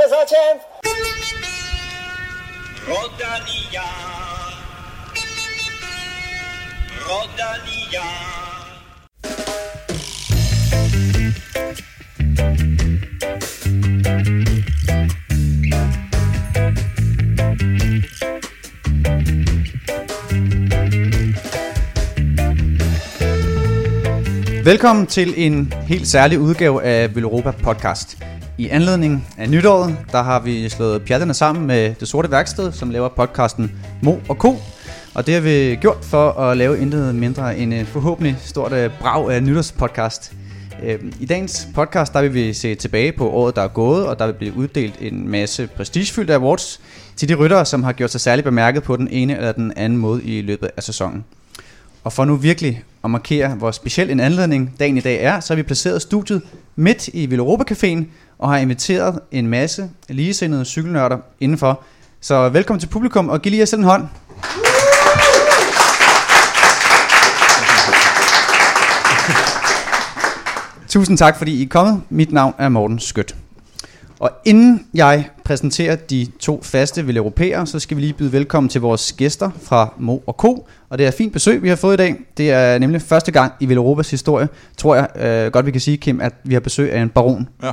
Presentación. Rodalia. Rodalia. Velkommen til en helt særlig udgave af Villeuropa podcast. I anledning af nytåret, der har vi slået pjatterne sammen med Det Sorte Værksted, som laver podcasten Mo og Co. Og det har vi gjort for at lave intet mindre end en forhåbentlig stort brag af nytårspodcast. I dagens podcast, der vil vi se tilbage på året, der er gået, og der vil blive uddelt en masse prestigefyldte awards til de ryttere, som har gjort sig særligt bemærket på den ene eller den anden måde i løbet af sæsonen. Og for nu virkelig at markere, hvor speciel en anledning dagen i dag er, så har vi placeret studiet midt i Villeuropa Caféen og har inviteret en masse ligesindede cykelnørder indenfor. Så velkommen til publikum, og giv lige jer selv en hånd. Tusind tak, fordi I er kommet. Mit navn er Morten Skødt. Og inden jeg præsenterer de to faste villeuropæere, så skal vi lige byde velkommen til vores gæster fra Mo og Co. Og det er et fint besøg, vi har fået i dag. Det er nemlig første gang i Villeuropas historie, tror jeg godt vi kan sige, Kim, at vi har besøg af en baron. Ja.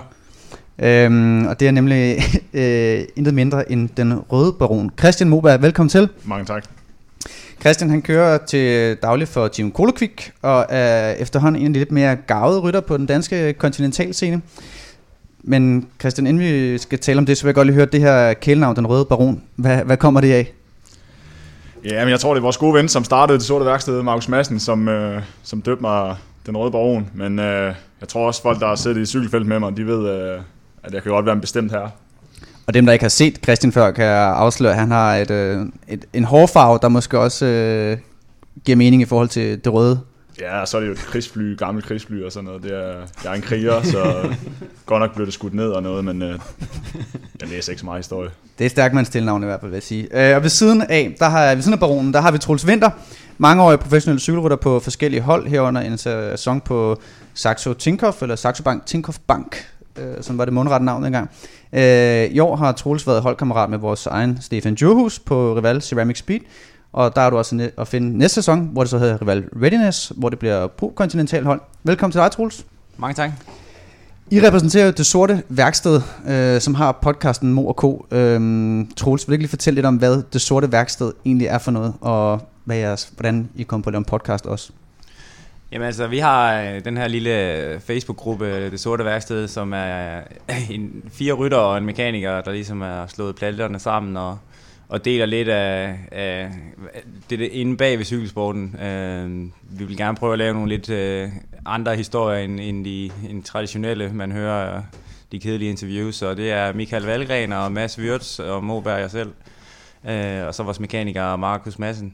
Og det er nemlig intet mindre end den røde baron. Christian Moberg, velkommen til. Mange tak. Christian, han kører til daglig for Team Kolokvik og er efterhånden en af de lidt mere garvede rytter på den danske kontinentalscene. Men Christian, inden vi skal tale om det, så vil jeg godt lige høre det her kælenavn, den røde baron. Hvad kommer det af? Ja, men jeg tror, det er vores gode ven, som startede Det Sorte Værksted, Markus Madsen, som døbte mig den røde baron. Men jeg tror også, folk, der har siddet i cykelfelt med mig, de ved, at jeg kan godt være en bestemt herre. Og dem, der ikke har set Christian før, kan jeg afsløre, at han har en hårfarve, der måske også giver mening i forhold til det røde. Ja, så er det jo et krigsfly, gammelt krigsfly og sådan noget. Jeg er en kriger, så godt nok blev det skudt ned og noget, men jeg læser ikke så meget historie. Det er stærkmandstilnavn i hvert fald, vil jeg sige. Og ved siden af baronen, der har vi Troels Winther, mangeårig professionel cykelrytter på forskellige hold, herunder en sæson på Saxo Tinkoff, eller Saxo Bank Tinkoff Bank, som var det mundrette navn engang. I år har Troels været holdkammerat med vores egen Stefan Djurhus på Rival Ceramic Speed. Og der er du også at finde næste sæson, hvor det så hedder Rival Readiness, hvor det bliver pro-kontinental hold. Velkommen til dig, Troels. Mange tak. I repræsenterer Det Sorte Værksted, som har podcasten Mo og Co. Troels, vil du ikke lige fortælle lidt om, hvad Det Sorte Værksted egentlig er for noget, og hvordan I kom på at lave en podcast også? Jamen altså, vi har den her lille Facebook-gruppe, Det Sorte Værksted, som er 4 rytter og en mekaniker, der ligesom er slået platterne sammen og deler lidt af det inde bag ved cykelsporten. Vi vil gerne prøve at lave nogle lidt andre historier end de traditionelle, man hører de kedelige interviews. Og det er Michael Valgren og Mads Wirtz og Moberg og jeg selv. Og så vores mekaniker Markus Madsen.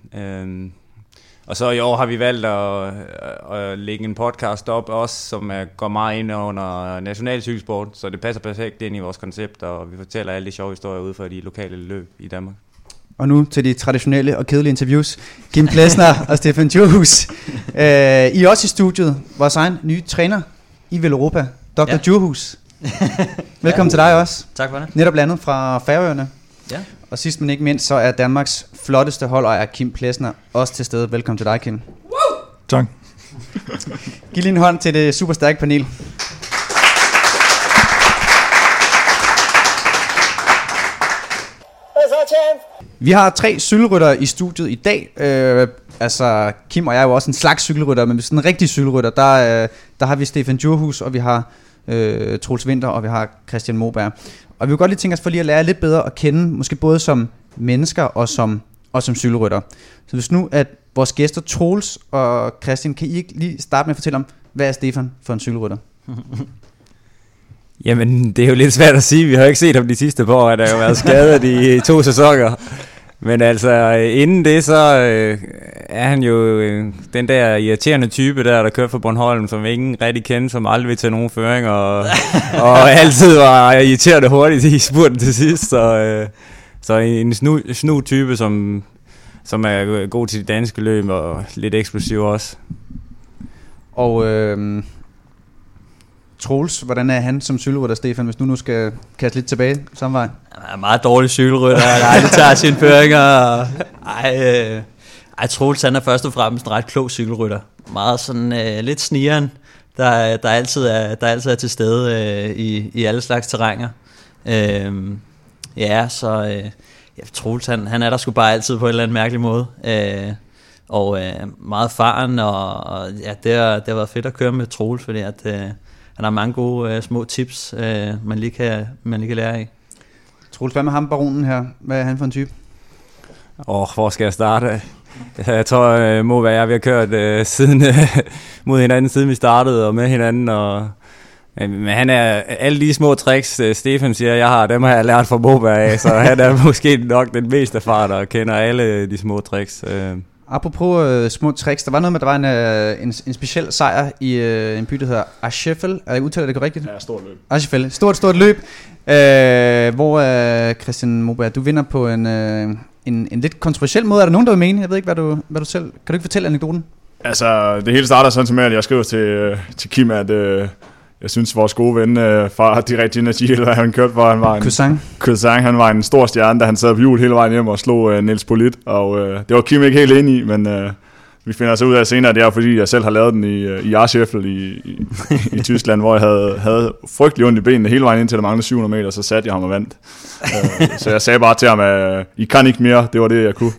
Og så i år har vi valgt at lægge en podcast op også, som går meget ind under national cykelsport. Så det passer perfekt ind i vores koncept, og vi fortæller alle de sjove historier ud fra de lokale løb i Danmark. Og nu til de traditionelle og kedelige interviews. Kim Plesner og Stefan Djurhus. I er også i studiet. Vores egen nye træner i Villeuropa, Dr. Djurhus. Velkommen til dig også. Tak for det. Netop landet fra Færøerne. Ja. Og sidst men ikke mindst, så er Danmarks flotteste holdejer Kim Plesner også til stede. Velkommen til dig, Kim. Woo! Tak. Giv lige en hånd til det super stærke panel. Vi har 3 cykelryttere i studiet i dag. Altså Kim og jeg er jo også en slags cykelrytter, men sådan en rigtig cykelrytter, der har vi Stefan Djurhus, og vi har Troels Winther, og vi har Christian Moberg. Og vi vil godt lige tænke os for lige at lære lidt bedre at kende, måske både som mennesker og som cykelrytter. Så hvis nu at vores gæster Troels og Christian, kan I ikke lige starte med at fortælle om, hvad er Stefan for en cykelrytter? Jamen, det er jo lidt svært at sige. Vi har jo ikke set ham de sidste par år, at der har jo været skadet i 2 sæsoner. Men altså, inden det, så er han jo den der irriterende type der kører for Bornholm, som ingen rigtig kender, som aldrig vil tage nogen føring, og altid var irriterende hurtigt i spurten til sidst. Så en snu type, som er god til de danske løb, og lidt eksplosiv også. Og Troels, hvordan er han som cykelrytter, Stefan, hvis du nu skal kaste lidt tilbage samme vej? Han er en meget dårlig cykelrytter, han aldrig tager sine føringer. Troels, han er først og fremmest en ret klog cykelrytter. Meget sådan lidt snigeren, der altid er til stede i alle slags terrænger. Troels, han er der sgu bare altid på en eller anden mærkelig måde. Meget erfaren, og det har været fedt at køre med Troels, fordi at han har mange gode små tips, man lige kan lære af. Troels, hvad med ham, baronen her? Hvad er han for en type? Hvor skal jeg starte? Jeg tror, må være, vi har kørt siden mod hinanden, siden vi startede, og med hinanden, men han er alle de små tricks, Stefan siger, dem har jeg lært fra Moberg af, så han er måske nok den mest erfarne, og kender alle de små tricks. Apropos små tricks, der var noget med, at der var en speciel sejr i en by, der hedder Aschefel. Er jeg udtaler det korrekt? Ja, stort løb. Aschefel, stort løb, hvor Christian Moberg, du vinder på en lidt kontroversiel måde. Er der nogen, der vil mene? Jeg ved ikke, hvad du selv... Kan du ikke fortælle anekdoten? Altså, det hele starter sådan som at jeg skrev til Kim, at jeg synes, vores gode ven fra Direct Energy, eller han kørte, hvor han var en... Cousin, han var en stor stjerne, da han sad på hjul hele vejen hjem og slog Niels Polit, og det var Kim ikke helt enig i, men vi finder så ud af senere, det er fordi jeg selv har lavet den i Aschefel i Tyskland, hvor jeg havde frygtelig ondt i benene hele vejen ind til der manglede 700 meter, så satte jeg ham og vandt. Så jeg sagde bare til ham, at I kan ikke mere, det var det, jeg kunne.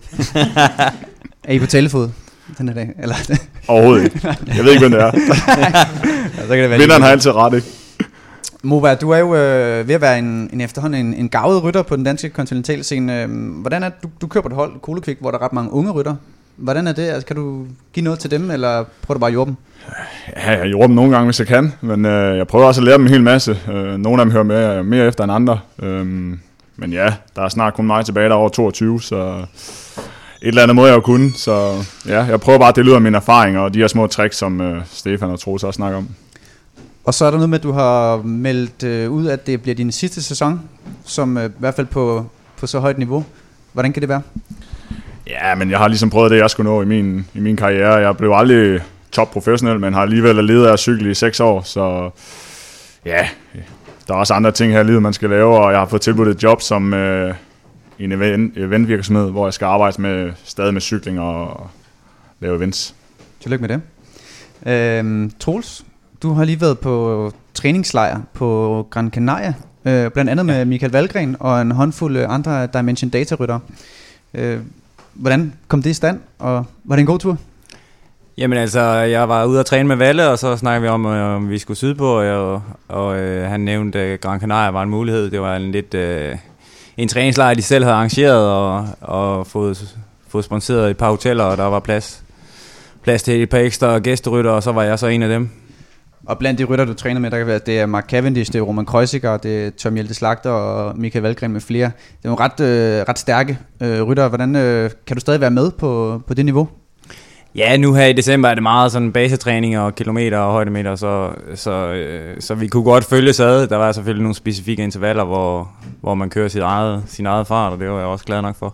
Er I på talefod den her dag? Eller? Overhovedet ikke. Jeg ved ikke, hvem det er. Vinderen har altid ret, ikke? Moberg, du er jo ved at være en efterhånden en garvet rytter på den danske kontinentalscene. Hvordan er du kører på et hold, Kolekvik, hvor der er ret mange unge rytter. Hvordan er det? Altså, kan du give noget til dem, eller prøver du bare at jorde dem? Ja, jeg jorder dem nogle gange, hvis jeg kan, men jeg prøver også at lære dem en hel masse. Nogle af dem hører mere efter end andre. Men ja, der er snart kun mig tilbage, der er over 22, så et eller andet må jeg jo kunne. Så ja, jeg prøver bare at dele ud af mine erfaringer og de her små tricks, som Stefan og Troels også snakker om. Og så er der noget med, at du har meldt ud, at det bliver din sidste sæson, som i hvert fald på så højt niveau. Hvordan kan det være? Ja, men jeg har ligesom prøvet det, jeg skulle nå i min karriere. Jeg blev aldrig top professionel, men har alligevel ledet af at cykle i 6 år, så ja, der er også andre ting her i livet, man skal lave, og jeg har fået tilbudt et job som en eventvirksomhed, hvor jeg skal arbejde stadig med cykling og lave events. Tillykke med det. Troels, du har lige været på træningslejr på Gran Canaria, blandt andet med Michael Valgren og en håndfuld andre Dimension Data-ryttere. Hvordan kom det i stand, og var det en god tur? Jamen altså, jeg var ude at træne med Valle, og så snakkede vi om vi skulle sydpå, og han nævnte, at Gran Canaria var en mulighed. Det var en træningslejr, de selv havde arrangeret, og fået sponsoreret et par hoteller, og der var plads til et par ekstra gæsterytter, og så var jeg så en af dem. Og blandt de rytter, du træner med, der kan være, det er Mark Cavendish, det er Roman Kreuziger, det er Tom Hjelte Slagter og Michael Valgren med flere. Det er jo ret stærke rytter. Hvordan kan du stadig være med på det niveau? Ja, nu her i december er det meget sådan basetræning og kilometer og højdemeter, så vi kunne godt følges ad. Der var selvfølgelig nogle specifikke intervaller, hvor man kører sin eget fart, og det var jeg også glad nok for.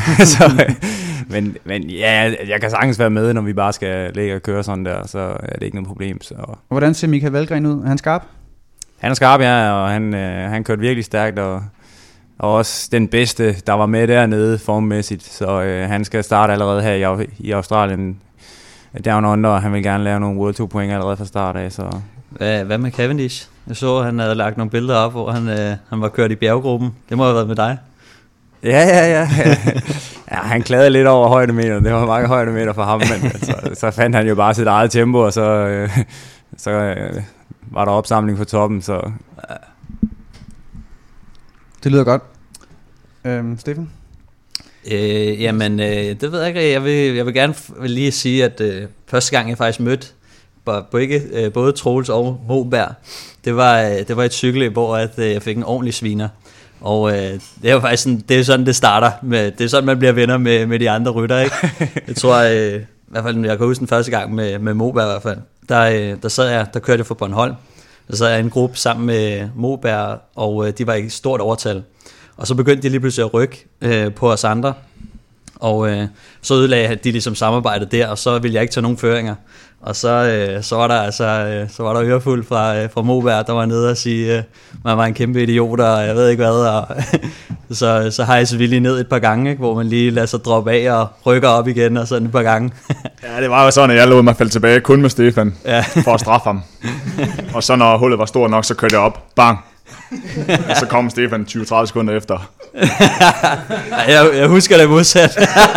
Men ja, jeg kan sagtens være med, når vi bare skal ligge og køre sådan der, så er det ikke noget problem. Så. Og hvordan ser Michael Valgren ud? Er han skarp? Han er skarp, ja, og han kørte virkelig stærkt, og også den bedste, der var med dernede formmæssigt, så han skal starte allerede her i Australien Down Under, og han vil gerne lave nogle World Tour point allerede fra start af. Så. Hvad med Cavendish? Jeg så, at han havde lagt nogle billeder op, hvor han var kørt i bjerggruppen. Det må have været med dig. Ja, han klagede lidt over højdemeter. Det var mange højdemeter for ham, men så fandt han jo bare sit eget tempo, og så var der opsamling på toppen. Så. Det lyder godt. Stefan? Det ved jeg ikke. Jeg vil gerne lige sige, at første gang jeg faktisk mødte både Troels og Moberg, det var et cykelløb, hvor jeg fik en ordentlig sviner. Og det er jo faktisk sådan, det er sådan det starter med, det er sådan man bliver venner med de andre rytter, ikke? Jeg tror i hvert fald, jeg kan huske den første gang med Moberg i hvert fald. Der kørte jeg for Bornholm. Der sad jeg i en gruppe sammen med Moberg, og de var i stort overtal. Og så begyndte de lige pludselig at rykke på os andre. Og så ødelagde de ligesom samarbejdet der, og så ville jeg ikke tage nogen føringer. Og så var der ørefuld fra Moberg, der var nede og sige, man var en kæmpe idiot, og jeg ved ikke hvad. Og så hejser vi lige ned et par gange, ikke, hvor man lige lader sig droppe af og rykker op igen, og sådan et par gange. Ja, det var jo sådan, at jeg lod mig falde tilbage kun med Stefan, for at straffe ham. Og så når hullet var stort nok, så kørte jeg op. Bang! Og så kom Stefan 20-30 sekunder efter. Jeg husker det modsat.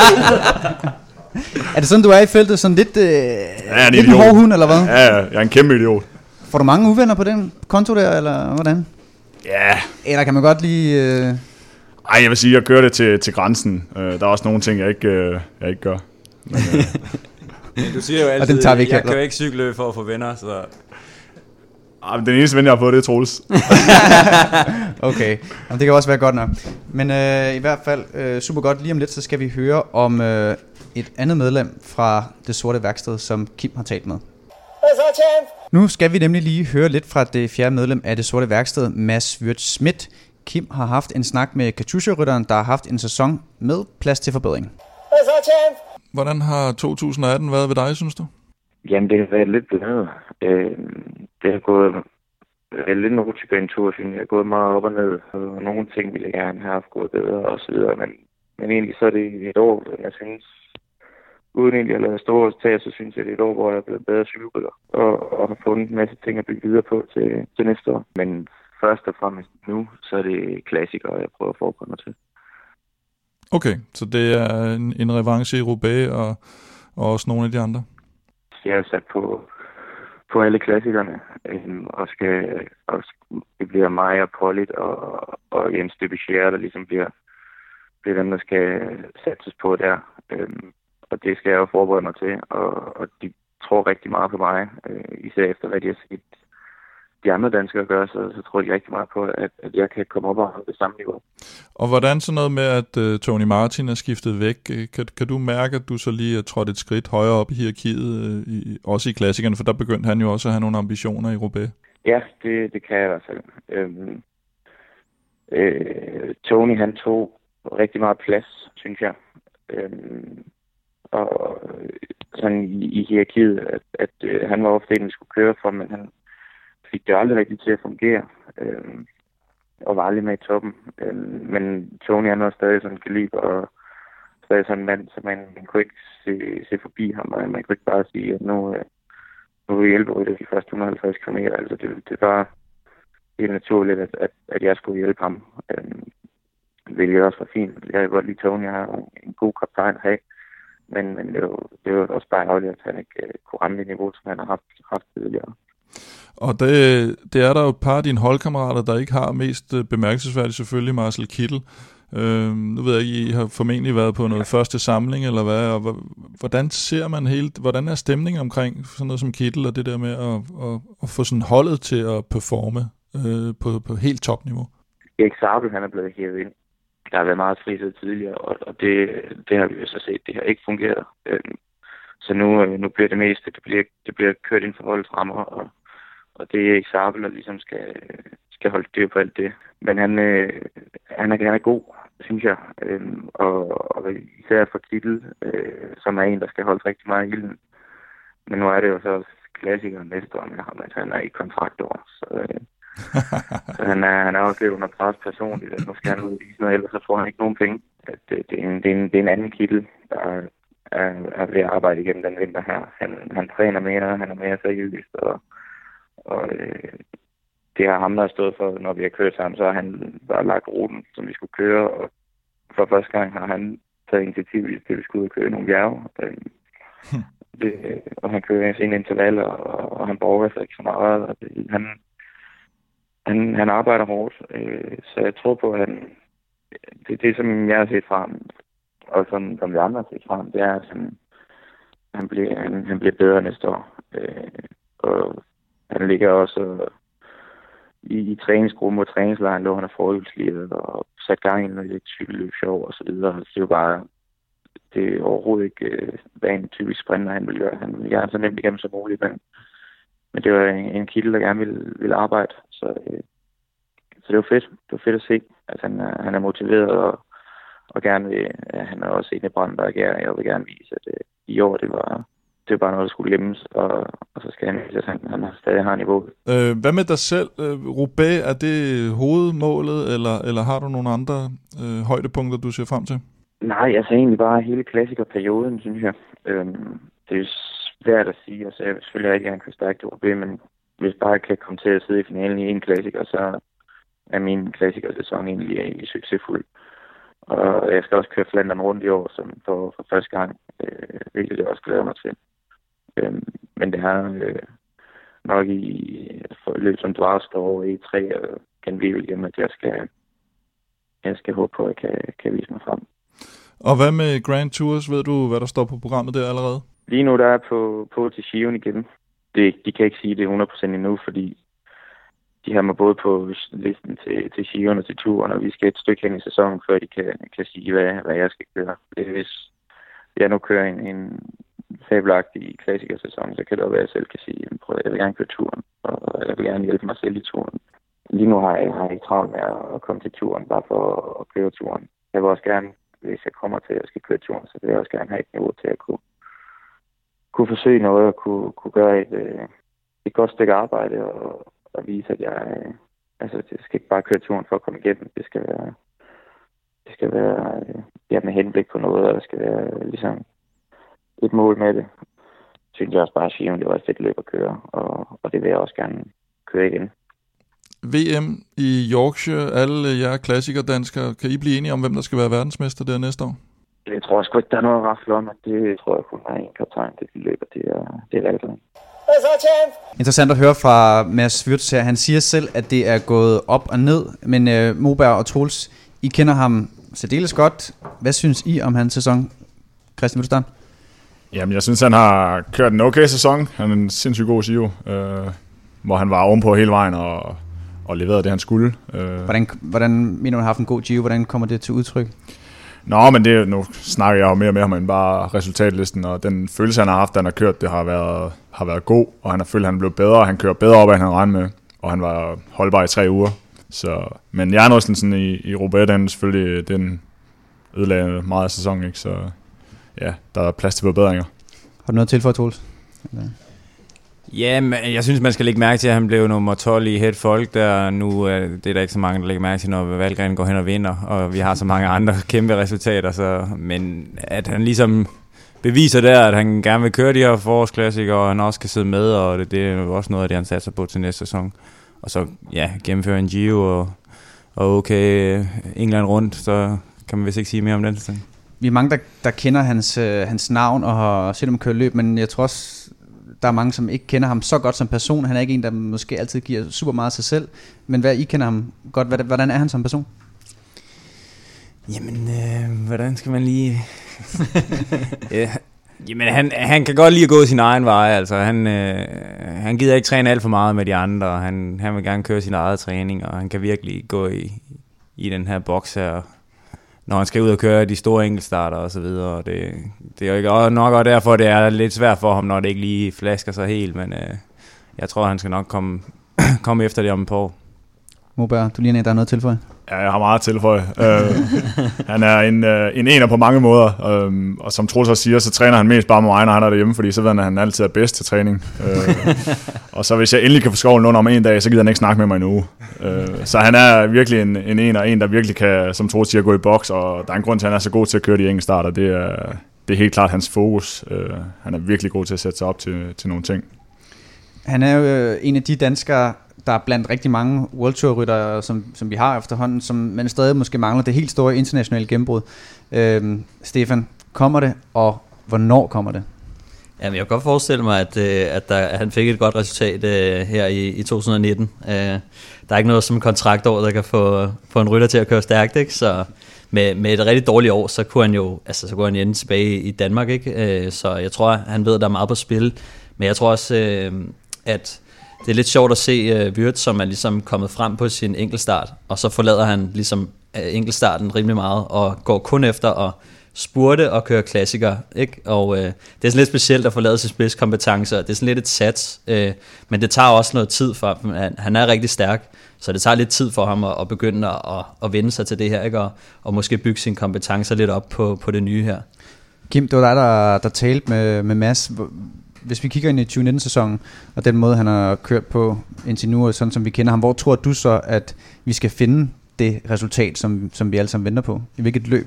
Er det sådan, du er i feltet? Sådan lidt, lidt en hård hund, eller hvad? Ja, jeg er en kæmpe idiot. Får du mange uvenner på den konto der, eller hvordan? Ja. Eller kan man godt lige... Ej, jeg vil sige, at jeg kører det til grænsen. Der er også nogle ting, jeg ikke gør. Men, du siger jo altid, jeg kan jo ikke cykle for at få venner, så... Den eneste ven, jeg har fået, det er Troels. Okay, jamen, det kan også være godt nok. Men i hvert fald super godt. Lige om lidt, så skal vi høre om et andet medlem fra Det Sorte Værksted, som Kim har talt med. Nu skal vi nemlig lige høre lidt fra det fjerde medlem af Det Sorte Værksted, Mads Wirtz Schmidt. Kim har haft en snak med Katusha-rytteren, der har haft en sæson med plads til forbedring. Hvordan har 2018 været ved dig, synes du? Jamen, det har været lidt blandet. Det har gået lidt en rutsjebanetur, synes jeg. Jeg har gået meget op og ned, og nogle ting ville jeg gerne have gået bedre og så videre. Men egentlig så er det et år, jeg synes, uden egentlig at lade store resultater, så synes jeg, det er et år, hvor jeg er blevet bedre cykelrytter og har fundet en masse ting at bygge videre på til næste år. Men først og fremmest nu, så er det klassikere, jeg prøver at forberede mig til. Okay, så det er en revanche i Roubaix og også nogle af de andre? Jeg er sat på alle klassikerne, og det bliver mig og Pollitt og Jens Debichere, der ligesom bliver dem, der skal satses på der. Og det skal jeg jo forberede mig til, og de tror rigtig meget på mig, især efter hvad de har set de andre danskere gør, så tror de rigtig meget på, at jeg kan komme op og have det samme niveau. Og hvordan så noget med, at Tony Martin er skiftet væk? Kan du mærke, at du så lige er trådt et skridt højere op i hierarkiet, også i klassikerne, for der begyndte han jo også at have nogle ambitioner i Roubaix? Ja, det kan jeg i hvert fald. Tony, han tog rigtig meget plads, synes jeg. Og sådan i hierarkiet, at han var ofte en, vi skulle køre for, men han fik det aldrig rigtig til at fungere, og var aldrig med i toppen. Men Tony, han var stadig sådan en kaliber, og stadig sådan en mand, så man kunne ikke se forbi ham, og man kunne ikke bare sige, at nu vil vi hjælpe rytter de første 150 km. Altså det var helt naturligt, at jeg skulle hjælpe ham. Hvilket også var fint. Jeg kan godt lide Tony, jeg har en god kaptajn at have, men det var også bare ærgerligt, at han ikke kunne ramme det niveau, som han har haft tidligere. Og det er der jo et par af dine holdkammerater, der ikke har mest bemærkelsesværdigt, selvfølgelig Marcel Kittel. Nu ved jeg ikke, I har formentlig været på noget første samling, eller hvad, og hvordan ser man hvordan er stemningen omkring sådan noget som Kittel, og det der med at få sådan holdet til at performe på helt topniveau? Erik Sabel, han er blevet hævet ind. Der har været meget frihed tidligere, og det har vi jo så set, det har ikke fungeret. Så nu bliver det meste, det bliver kørt ind for holdets rammer, og det er ikke Sabel, der ligesom skal holde styr på alt det. Men han er god, synes jeg. Og især for Kittel, som er en, der skal holde rigtig meget i ilden. Men nu er det jo så også klassikeren næste år med ham, at han er i kontraktår. Så han er også lidt under pres personligt. Nu skal han udvise noget, ellers så får han ikke nogen penge. Det er en anden Kittel, der er ved at arbejde igennem den vinter her. Han træner mere, han er mere seriøs, og det har ham, der har stået for, når vi har kørt sammen, så har han bare lagt ruten, som vi skulle køre, og for første gang har han taget initiativ til, at vi skulle ud og køre nogle bjerge. Og han kører sine intervaller, og han borger sig ikke så meget, og han arbejder hårdt, så jeg tror på, at det som jeg har set fra ham, og som vi andre har set fra ham, det er, at han bliver bedre næste år. Og han ligger også i træningsgruppen og træningslejren, lå han af forhjulslivet og sat gang i noget lidt cykelløbshow og så videre. Det er jo bare, det er overhovedet ikke, hvad en typisk sprinter han vil gøre. Han vil gerne så nemt igennem som muligt, men det var en Kittel, der gerne ville arbejde. Så det var fedt. Det var fedt at se, at han er motiveret og gerne vil, han er også en af Brandberg, jeg vil gerne vise, at i år, det var bare noget, der skulle glemmes, og så skal han vise, at han stadig har niveau. Hvad med dig selv? Roubaix, er det hovedmålet, eller har du nogle andre højdepunkter, du ser frem til? Nej, altså egentlig bare hele klassikerperioden, synes jeg. Det er svært at sige, altså jeg vil selvfølgelig ikke gerne køre stærkt i Roubaix, men hvis bare jeg kan komme til at sidde i finalen i en klassiker, så er min klassikersæson egentlig succesfuld. Og jeg skal også køre Flandern rundt i år, som for første gang, hvilket jeg også glæder mig til. Men det her nok i løbet som dvarst over i 3 og kan vi vel hjemme, at jeg skal håbe på, at jeg kan vise mig frem. Og hvad med Grand Tours? Ved du, hvad der står på programmet der allerede? Lige nu der er på til Giron igen. De kan ikke sige det 100% endnu, fordi de har mig både på listen til Giron og til turen, og vi skal et stykke hen i sæsonen, før de kan sige, hvad jeg skal køre. Hvis jeg nu kører en fabelagtig klassikersæson, så kan det også være, at jeg selv kan sige, at jeg vil gerne køre turen, og jeg vil gerne hjælpe mig selv i turen. Lige nu har jeg ikke travlt med at komme til turen, bare for at køre turen. Jeg vil også gerne, hvis jeg kommer til at skal køre turen, så vil jeg også gerne have et niveau til at kunne forsøge noget og kunne gøre et godt stykke arbejde og vise, at jeg skal ikke bare køre turen for at komme igennem. Det skal være med henblik på noget, og der skal være ligesom et mål med det. Synes jeg også bare, at Giron, det var et fedt løb at køre, og det vil jeg også gerne køre igen. VM i Yorkshire, alle jer klassikerdanskere, kan I blive enige om, hvem der skal være verdensmester der næste år? Jeg tror sgu ikke, der er noget at rafle om, at det tror jeg kun er en kaptajn, det løber, det er valgret. Interessant at høre fra Mads Wirtz her. Han siger selv, at det er gået op og ned, men Moberg og Troels, I kender ham særdeles godt. Hvad synes I om hans sæson, Christian Wütterstein? Jamen, jeg synes, han har kørt en okay sæson. Han er en sindssygt god Giro, hvor han var ovenpå hele vejen og leverede det, han skulle. Hvordan mener du, han har haft en god Giro? Hvordan kommer det til udtryk? Nå, men nu snakker jeg jo mere med ham end bare resultatlisten, og den følelse, han har haft, da han har kørt, det har været god, og han har følt, at han blev bedre, og han kører bedre op, end han regnede med, og han var holdbar i 3 uger. Men jernrystelsen i Roubaix, den ødelagde meget af sæsonen, ikke? Så ja, der er plads til forbedringer. Har du noget til for, Troels? Ja, jeg synes, man skal lægge mærke til, at han blev nummer 12 i Het Folk der. Nu det er der ikke så mange, der lægger mærke til, når Valgren går hen og vinder, og vi har så mange andre kæmpe resultater. Men at han ligesom beviser der, at han gerne vil køre de her forårsklassikere, og han også kan sidde med, og det er også noget af det, han satser på til næste sæson. Og så gennemføre en Giro og okay England rundt, så kan man vist ikke sige mere om den sæson. Vi er mange, der kender hans navn og har set ham køre løb, men jeg tror også, der er mange, som ikke kender ham så godt som person. Han er ikke en, der måske altid giver super meget af sig selv. Men I kender ham godt. Hvordan er han som person? Jamen, hvordan skal man lige... Jamen, han kan godt lide at gå sin egen vej. Altså, han gider ikke træne alt for meget med de andre. Han vil gerne køre sin egen træning, og han kan virkelig gå i den her boks her, når han skal ud og køre de store enkeltstarter og så videre. Det er jo ikke nok og derfor, det er lidt svært for ham, når det ikke lige flasker sig helt, men jeg tror, han skal nok komme efter det om et par år. Moberg, du ligner, der er noget at tilføje? Ja, jeg har meget at tilføje. Han er en ener på mange måder, og som Troels også siger, så træner han mest bare med mig, når han er derhjemme, fordi så ved han altid er bedst til træning. Og så hvis jeg endelig kan få skovlen under om en dag, så gider han ikke snakke med mig en uge. Så han er virkelig en ener, en der virkelig kan, som Troels siger, gå i boks, og der er en grund til, at han er så god til at køre de enkeltstarter. Det er helt klart hans fokus. Han er virkelig god til at sætte sig op til nogle ting. Han er jo en af de danskere, der er blandt rigtig mange World Tour ryttere, som vi har efterhånden, som man stadig måske mangler det helt store internationale gennembrud. Stefan, kommer det, og hvornår kommer det? Jamen, jeg kan godt forestille mig, at han fik et godt resultat her i 2019. Der er ikke noget som en kontraktår, der kan få en rytter til at køre stærkt, ikke? Så med et rigtig dårligt år, så kunne han ende tilbage i Danmark, ikke? Så jeg tror, han ved, at der er meget på spil. Men jeg tror også, at det er lidt sjovt at se Wirtz, som er ligesom kommet frem på sin enkeltstart, og så forlader han ligesom enkeltstarten rimelig meget, og går kun efter at spurte og køre klassikere, ikke? Og det er sådan lidt specielt at få lavet sine spidskompetencer. Det er sådan lidt et sats, men det tager også noget tid for ham. Han er rigtig stærk, så det tager lidt tid for ham at begynde at vende sig til det her, ikke? Og måske bygge sine kompetencer lidt op på det nye her. Kim, det var dig, der talte med Mads. Hvis vi kigger ind i 2019-sæsonen, og den måde, han har kørt på indtil nu, og sådan som vi kender ham, hvor tror du så, at vi skal finde det resultat, som vi alle sammen venter på? I hvilket løb?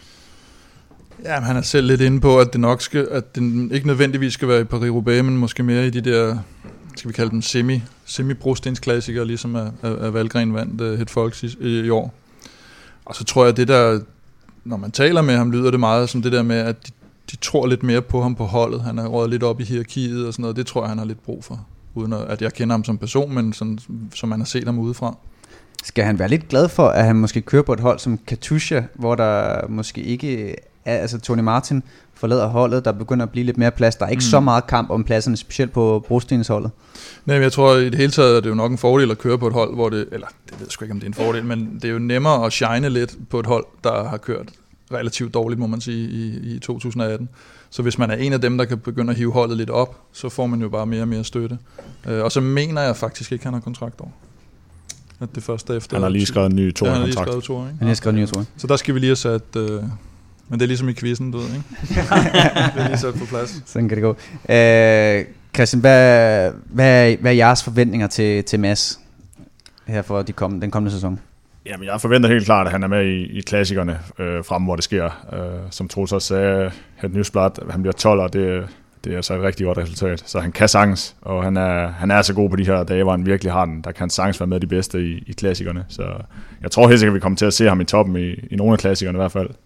Ja, han er selv lidt inde på, at det nok skal, at den ikke nødvendigvis skal være i Paris-Roubaix, men måske mere i de der, skal vi kalde dem semi-brostensklassikere, ligesom at Valgren vandt Het Folks i år. Og så tror jeg, det der, når man taler med ham, lyder det meget som det der med, at de tror lidt mere på ham på holdet. Han er røget lidt op i hierarkiet og sådan noget. Det tror jeg, han har lidt brug for. Uden at jeg kender ham som person, men sådan, som man har set ham udefra. Skal han være lidt glad for, at han måske kører på et hold som Katusha, hvor der måske ikke er, altså Tony Martin forlader holdet, der begynder at blive lidt mere plads. Der er ikke så meget kamp om pladserne, specielt på brostensholdet. Nej, men jeg tror i det hele taget, at det er jo nok en fordel at køre på et hold, hvor det, eller det ved jeg sgu ikke, om det er en fordel, men det er jo nemmere at shine lidt på et hold, der har kørt relativt dårligt, må man sige, i 2018. Så hvis man er en af dem, der kan begynde at hive holdet lidt op, så får man jo bare mere og mere støtte. Og så mener jeg faktisk ikke, at han har kontrakt over. At det første efter... Han har lige skrevet en ny 2-årig kontrakt. Han har lige skrevet en ny 2-årig. Så der skal vi lige have sat... men det er ligesom i quizzen, du ved, ikke? Det er lige sat på plads. Sådan kan det gå. Christian, hvad er jeres forventninger til Mads her for den kommende sæson? Jamen, jeg forventer helt klart, at han er med i klassikerne frem, hvor det sker. Som Troels også sagde, Het Nieuwsblad, han bliver 12, og det er så et rigtig godt resultat. Så han kan sagtens, og han er så god på de her dage, hvor han virkelig har den. Der kan han sagtens være med de bedste i klassikerne. Så jeg tror helt sikkert, at vi kommer til at se ham i toppen i nogle af klassikerne i hvert fald.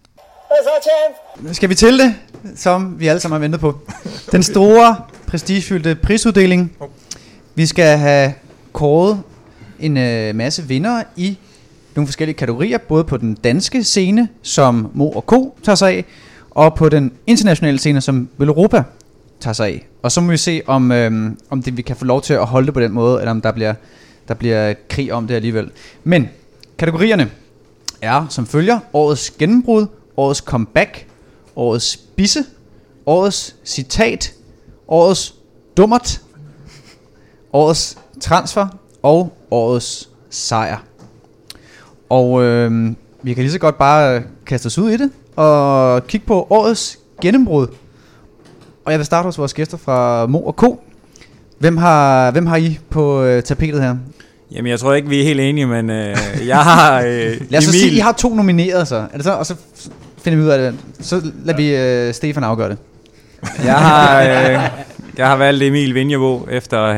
Skal vi til det, som vi alle sammen har ventet på? Den store, prestigefyldte prisuddeling. Vi skal have kåret en masse vindere i nogle forskellige kategorier, både på den danske scene, som Mo og Co. tager sig af, og på den internationale scene, som Veloropa tager sig af. Og så må vi se, om det, vi kan få lov til at holde det på den måde, eller om der bliver krig om det alligevel. Men kategorierne er som følger: årets gennembrud, årets comeback, årets bisse, årets citat, årets dummert, årets transfer og årets sejr. Og vi kan lige så godt bare kaste os ud i det og kigge på årets gennembrud. Og jeg vil starte hos vores gæster fra Mo og Co. Hvem har I på tapetet her? Jamen, jeg tror ikke, vi er helt enige, men jeg har lad os sige, I har 2 nomineret, så. Er det så? Og så finder vi ud af det. Så lader vi Stefan afgøre det. Jeg har valgt Emil Vinjebo efter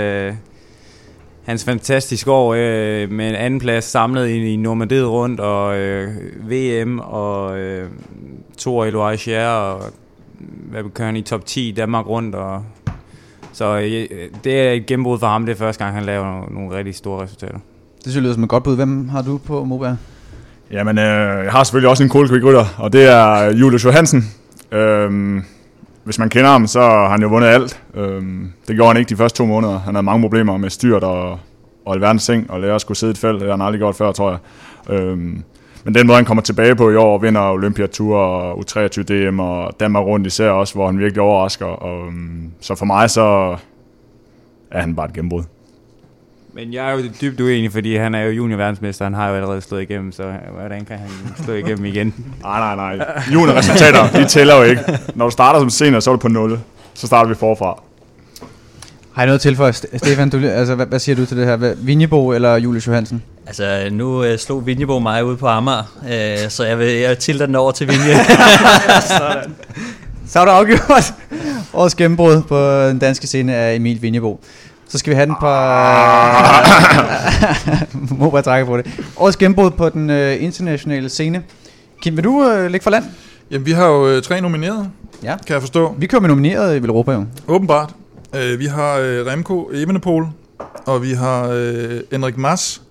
hans fantastiske år med en anden plads samlet i Normandiet rundt, og VM og 2 år i Loire og hvad kører han i top 10 i Danmark rundt, og så det er et gennembrud for ham. Det er første gang, han laver nogle rigtig store resultater. Det synes jeg som et godt bud. Hvem har du på, Moberg? Jamen, jeg har selvfølgelig også en kålkvik-rytter, og det er Julius Johansen. Hvis man kender ham, så har han jo vundet alt. Det gjorde han ikke de første 2 måneder. Han havde mange problemer med styrt og alverdens ting, og lære at skulle sidde i et felt. Det har han aldrig gjort før, tror jeg. Men den måde, han kommer tilbage på i år, vinder Olympia Tour og U23 DM og Danmark rundt især også, hvor han virkelig overrasker. Og, så for mig, så er han bare et gennembrud. Men jeg er jo dybt uenig, fordi han er jo junior-verdensmester. Han har jo allerede slået igennem, så hvordan kan han slå igennem igen? Nej. Junior-resultater, de tæller jo ikke. Når du starter som senior, så er du på 0. Så starter vi forfra. Har I noget til for Stefan? Hvad siger du til det her? Vinjebo eller Julius Johansen? Altså, nu slog Vinjebo mig ude på Amager, så jeg tilter den over til Vinje. Så er der afgjort. Årets gennembrud på den danske scene af Emil Vinjebo. Så skal vi have den på... må bare trække på det. Årets gennembrud på den internationale scene. Kim, vil du lægge for land? Jamen, vi har jo 3 nomineret, ja. Kan jeg forstå. Vi kører med nomineret i Veloropa jo. Åbenbart. Vi har Remco Evenepoel, og vi har Enric Mas.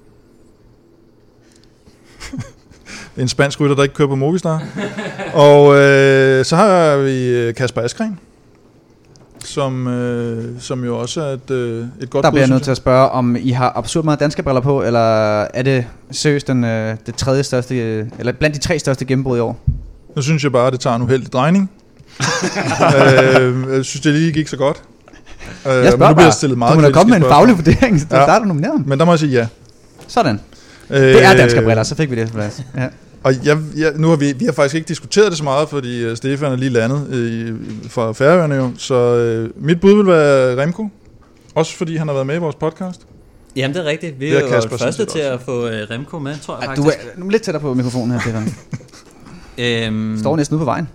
Det er en spansk rytter, der ikke kører på Movistar. Og så har vi Kasper Askren, som jo også er et godt. Der bliver jeg nødt til at spørge, om I har absurd meget danske briller på, eller er det seriøst det tredje største, eller blandt de 3 største gennembrud i år? Nu synes jeg bare, at det tager en uheldig drejning. Jeg synes, det lige gik så godt. Jeg spørger bare, du må da komme med en faglig vurdering, så der er du nomineret. Men der må jeg sige ja. Sådan. Det er danske briller, så fik vi det på plads. Ja. Og nu har vi har faktisk ikke diskuteret det så meget, fordi Stefan er lige landet fra Færøerne jo. Så mit bud vil være Remco. Også fordi han har været med i vores podcast. Jamen det er rigtigt. Vi er jo de første til at få Remco med, tror jeg faktisk. Du er lidt tættere på mikrofonen her, Stefan. Står næsten ude på vejen.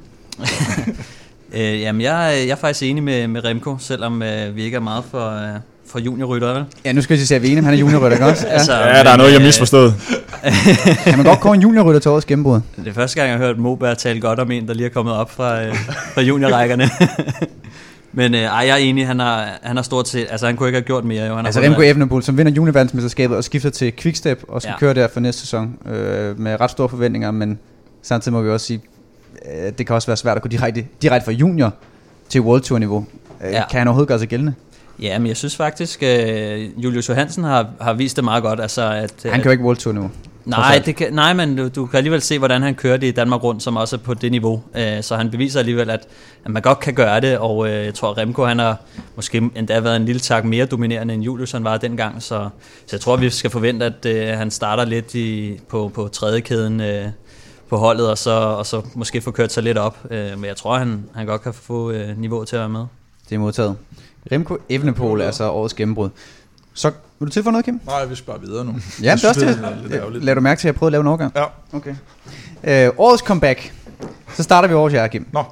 Jamen jeg er faktisk enig med Remco, selvom vi ikke er meget for juniorrytter, vel? Ja, nu skal jeg sige, at vi er enige, han er juniorrytter, ikke også? Altså, ja, der er noget, jeg misforstået. Kan man godt kåre en juniorrytter til årets gennembrud? Det er første gang, jeg har hørt Moberg tale godt om en, der lige er kommet op fra juniorrækkerne. Men jeg er enig, han har stort set, altså han kunne ikke have gjort mere. Jo. Altså Remco Evenepoel, som vinder juniorverdensmesterskabet og skifter til Quickstep og skal køre der for næste sæson med ret store forventninger, men samtidig må vi også sige, det kan også være svært at gå direkte fra junior til World Tour niveau. Kan han overhovedet gøre sig gældende? Ja, men jeg synes faktisk, Julius Johansen har vist det meget godt. Altså, at, han kan jo ikke World Tour niveau. Nej, men du kan alligevel se, hvordan han kørte i Danmark rundt, som også er på det niveau. Så han beviser alligevel, at man godt kan gøre det, og jeg tror, Remco han har måske endda været en lille tak mere dominerende, end Julius han var dengang. Så jeg tror, vi skal forvente, at han starter lidt på tredje kæden på holdet, og så måske få kørt sig lidt op. Men jeg tror, han godt kan få niveau til at være med. Det er modtaget. Remco Evenepoel er altså årets gennembrud. Så vil du tilføje noget, Kim? Nej, vi spørger videre nu. Ja, det er også det. Lad du mærke til, at jeg prøvede at lave en overgang? Ja. Okay. Årets comeback. Så starter vi over til jer, Kim. Nå.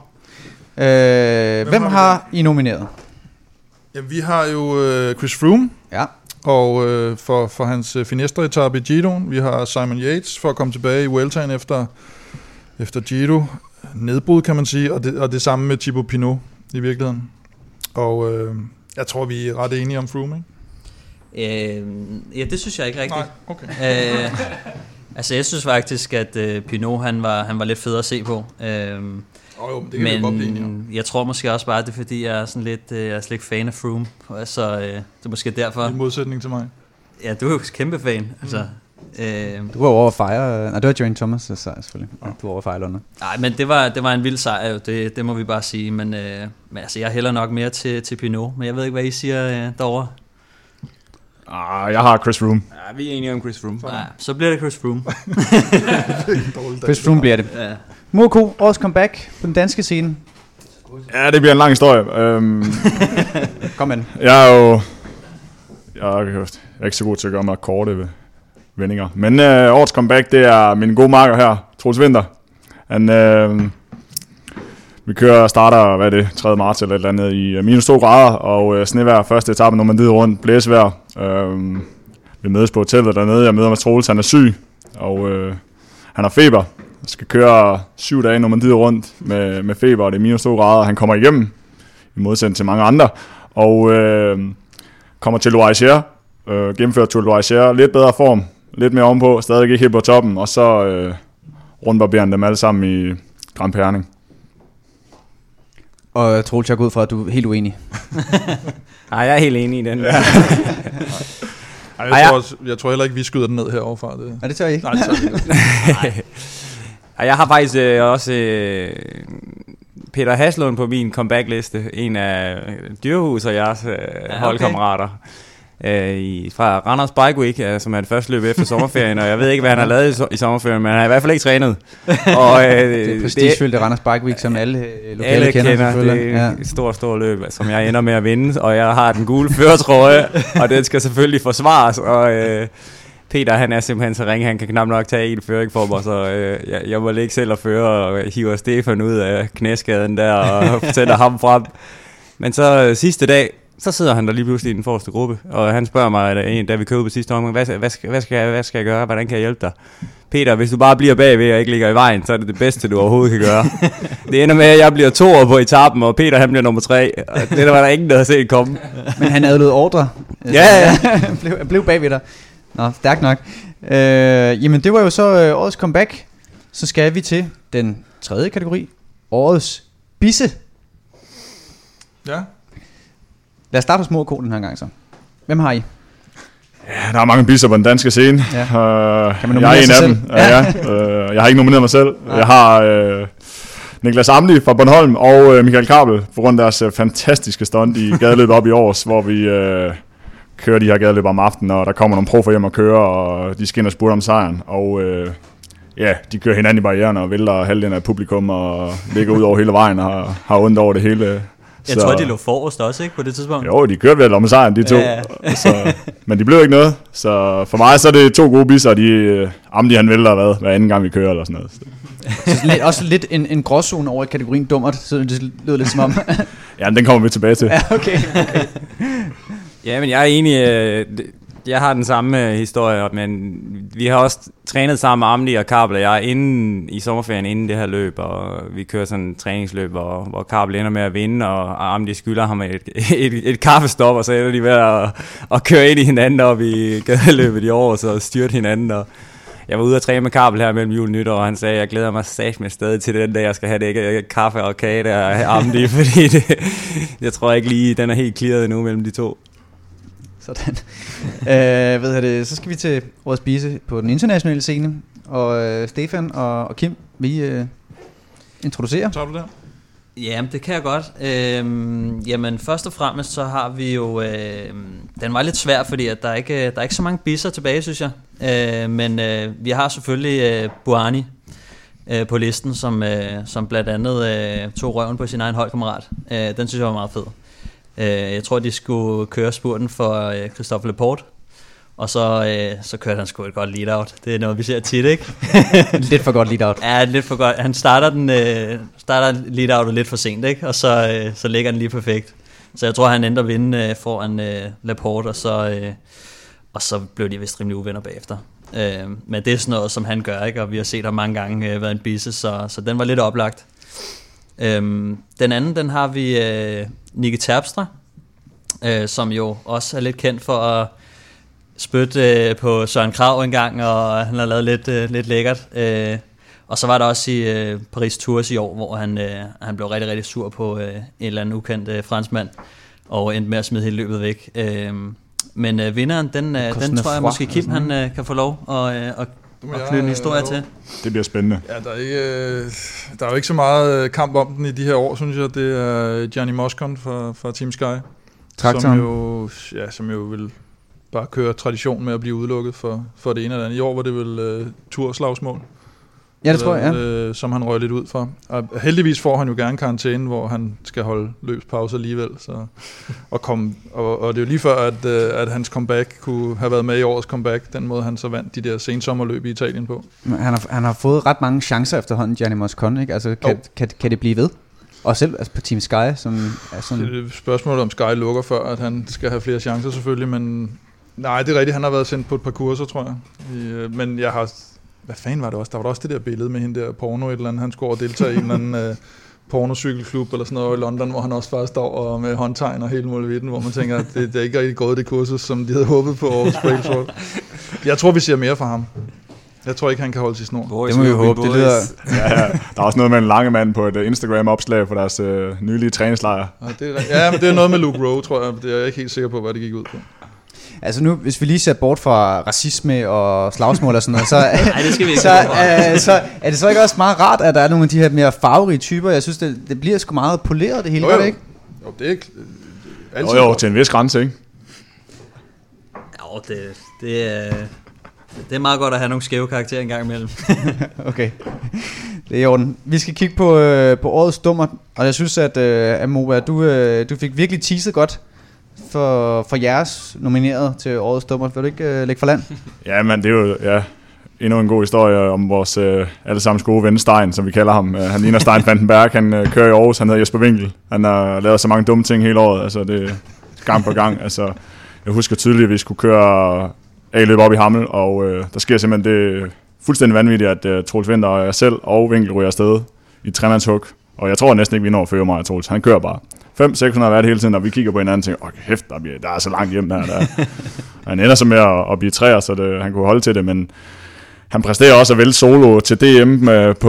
Hvem har I nomineret? Jamen, vi har jo Chris Froome. Ja. Og for hans Finestre-etape i Giroen. Vi har Simon Yates for at komme tilbage i Vueltaen efter Giro. Nedbrud, kan man sige. Og det samme med Thibaut Pinot i virkeligheden. Og jeg tror, vi er ret enige om Froome, ikke? Ja, det synes jeg ikke rigtigt. Nej, okay. Altså, jeg synes faktisk, at Pinot, han var lidt fed at se på. Jo, det kan vi godt blive enige om. Jeg tror måske også bare, at det er fordi, jeg er sådan lidt, jeg er slet ikke fan af Froome. Så det er måske derfor. I modsætning til mig. Ja, du er jo kæmpe fan. Altså, du var over at fejre. Nej, det var Geraint Thomas' sejr selvfølgelig. Ja. Du var over at fejre London. Nej, men det var en vild sejr jo. Det må vi bare sige. Men altså, jeg hælder nok mere til Pinot. Men jeg ved ikke, hvad I siger derovre. Jeg har Chris Froome. Ja, vi er enige om Chris Froome. Ja, så bliver det Chris Froome. Chris Froome bliver det. Ja. Murko, årets comeback på den danske scene. Ja, det bliver en lang historie. Kom med den. Jeg er ikke så god til at gøre mig korte vendinger. Men årets comeback, det er min gode marker her, Troels Winter. Vi starter, 3. marts eller et eller andet i minus 2 grader, og snevejr, første etape, når man lider rundt, blæsevejr. Vi mødes på hotellet dernede, jeg møder med Troels, han er syg, og han har feber. Jeg skal køre 7 dage, når man lider rundt med feber, og det er minus 2 grader. Han kommer igennem, i modsætning til mange andre, og kommer til Loire, gennemfører Tour de Loire, lidt bedre form, lidt mere ovenpå, stadig ikke helt på toppen, og så rundbarberer han dem alle sammen i Grand Prix. Og Troels, jeg går ud fra, at du er helt uenig. Nej, jeg er helt enig i den. Ja. Jeg tror heller ikke, vi skyder den ned heroverfra. Nej, det tør jeg ikke. Nej, det tør jeg ikke. Jeg har faktisk også Peter Haslund på min comeback-liste. En af Dyrehus og jeres holdkammerater. Fra Randers Bike Week, som er det første løb efter sommerferien, og jeg ved ikke, hvad han har lavet i sommerferien, men han har i hvert fald ikke trænet. Og, det er prestigefyldte Randers Bike Week, som alle lokale kender. Det er et stort løb, som jeg ender med at vinde, og jeg har den gule førertrøje, og den skal selvfølgelig forsvares, og Peter, han er simpelthen så ringe, han kan knap nok tage en føring for mig, så jeg må ligge selv og føre, og hiver Stefan ud af knæskaden der, og sætter ham frem. Men så sidste dag, så sidder han der lige pludselig i den forreste gruppe, og han spørger mig, da vi køber på sidste omgang, hvad skal jeg gøre, hvordan kan jeg hjælpe dig? Peter, hvis du bare bliver bagved og ikke ligger i vejen, så er det bedste, du overhovedet kan gøre. Det ender med, at jeg bliver 2'er på etappen, og Peter han bliver nummer 3, og det der var der ingen, der havde set komme. Men han havde løbet ordre. Ja. Han blev bagved dig. Nå, stærkt nok. Jamen, det var jo så årets comeback. Så skal vi til den 3. kategori. Årets bisse. Ja. Lad os starte hos Mor og Ko den her gang så. Hvem har I? Ja, der er mange bisser på den danske scene. Ja. Kan man jeg er en af dem. Ja. Jeg har ikke nomineret mig selv. Nej. Jeg har Niklas Amli fra Bornholm og Michael Kabel på grund af deres fantastiske stunt i gadeløb op i Års, hvor vi kører de her gadeløb om aftenen, og der kommer nogle profer hjem og kører, og de skal ind og spurgte om sejren. Og de kører hinanden i barrieren og vælter halvdelen af publikum og ligger ud over hele vejen og har ondt over det hele. Jeg tror, de lå forrest også, ikke, på det tidspunkt? Jo, de kørte vel om sejren, de to. Ja. Men de blev ikke noget. Så for mig så er det 2 gode bisser, Amdi han vælter hver anden gang vi kører eller sådan noget. Så også lidt en gråzone over i kategorien dummert, så det lyder lidt som om. Ja, men den kommer vi tilbage til. Ja, okay. Ja, men jeg er enig. Jeg har den samme historie, men vi har også trænet sammen med Amdi og Kabel og jeg i sommerferien inden det her løb, og vi kører sådan en træningsløb, hvor Kabel ender med at vinde, og Amdi skylder ham et kaffestop, og så ender de ved at køre ind i hinanden op i gadeløbet i år, så styrte hinanden, og jeg var ude og træne med Kabel her mellem jul og nytår, og han sagde, at jeg glæder mig satme stadig til den dag, jeg skal have det kaffe og kage der af Amdi, fordi jeg tror ikke lige, den er helt clearet endnu mellem de to. Sådan. Så skal vi til årets bise på den internationale scene, og Stefan og Kim, vi introducerer. Tager du det? Jamen, det kan jeg godt. Jamen, først og fremmest så har vi jo... den var lidt svær, fordi at der er ikke så mange bisser tilbage, synes jeg. Men vi har selvfølgelig Buani på listen, som blandt andet tog røven på sin egen holdkammerat. Den synes jeg var meget fed. Jeg tror, de skulle køre spurten for Christophe Laporte, og så kørte han sgu et godt lead-out. Det er noget, vi ser tit, ikke? Lidt for godt lead-out. Ja, lidt for godt. Han starter lead-outet lidt for sent, ikke? Og så ligger den lige perfekt. Så jeg tror, han endte at vinde foran Laporte, og så blev de vist rimelig uvenner bagefter. Men det er sådan noget, som han gør, ikke? Og vi har set ham mange gange været en bisse, så den var lidt oplagt. Den anden, den har vi Nicky Terpstra, som jo også er lidt kendt for at spytte på Søren Kragh en gang, og han har lavet lidt lækkert. Og så var der også i Paris Tours i år, hvor han blev rigtig, rigtig sur på en eller anden ukendt franskmand, og endte med at smide hele løbet væk. Men vinderen, den tror jeg måske Kim han kan få lov at knytte en historie til. Det bliver spændende. Ja, der er jo ikke så meget kamp om den i de her år, synes jeg. Det er Gianni Moscon fra Team Sky, som jo vil bare køre tradition med at blive udelukket for det ene eller andet. I år var det vel turslagsmål. Ja, det tror jeg, ja. Som han røg lidt ud for. Og heldigvis får han jo gerne karantæne, hvor han skal holde løbspause alligevel. Og det er jo lige før, at hans comeback kunne have været med i årets comeback, den måde han så vandt de der sensommerløb i Italien på. Han har fået ret mange chancer efterhånden, Gianni Moscon, ikke? Altså, kan det blive ved? Og selv altså på Team Sky, som er sådan... Det er spørgsmålet om Sky lukker før, at han skal have flere chancer selvfølgelig, men nej, det er rigtigt, han har været sendt på et par kurser, tror jeg. Men jeg har... Hvad fanden var det også? Der var også det der billede med hende der porno, et eller andet. Han skulle over deltage i en eller anden pornocykelklub eller sådan noget i London, hvor han også bare står og med håndtegn og hele muligheden, hvor man tænker, at det er ikke rigtig gået det kursus, som de havde håbet på over Brailsford. Jeg tror, vi ser mere fra ham. Jeg tror ikke, han kan holde sig snor. Det må vi håbe. Det lyder... Ja, der er også noget med en lange mand på et Instagram-opslag for deres nylige træningslejre. Ja, men det er noget med Luke Rowe, tror jeg. Det er jeg ikke helt sikker på, hvad det gik ud på. Altså nu, hvis vi lige ser bort fra racisme og slagsmål og sådan noget, så, nej, det skal vi ikke så er det så ikke også meget rart, at der er nogle af de her mere farverige typer? Jeg synes, det bliver sgu meget poleret det hele, gør det ikke? Jo, det er ikke... Jo, til en vis grænse, ikke? Jo, det er meget godt at have nogle skæve karakterer en gang imellem. Okay, det er i orden. Vi skal kigge på årets dummer, og jeg synes, at Amoba, du fik virkelig teaset godt for jeres nomineret til årets dummer. Vil du ikke lægge for land? Ja, men det er jo endnu en god historie om vores allesammens gode ven Stein, som vi kalder ham. Han ligner Stein Vandenberg, han kører i Aarhus, han hedder Jesper Winkel. Han har lavet så mange dumme ting hele året, altså det er gang på gang. Altså, jeg husker tydeligt, at vi skulle køre A-løb op i Hammel, og der sker simpelthen det fuldstændig vanvittigt, at Troels Vinter og jeg selv og Winkel ryger afsted i tremandshug. Og jeg tror næsten ikke, vi når at føre mig af Troels. Han kører bare 500-600 watt hele tiden, og vi kigger på hinanden og tænker, kæft, der er så langt hjem der. Han ender så med at blive træer, så han kunne holde til det, men han præsterer også at vælge solo til DM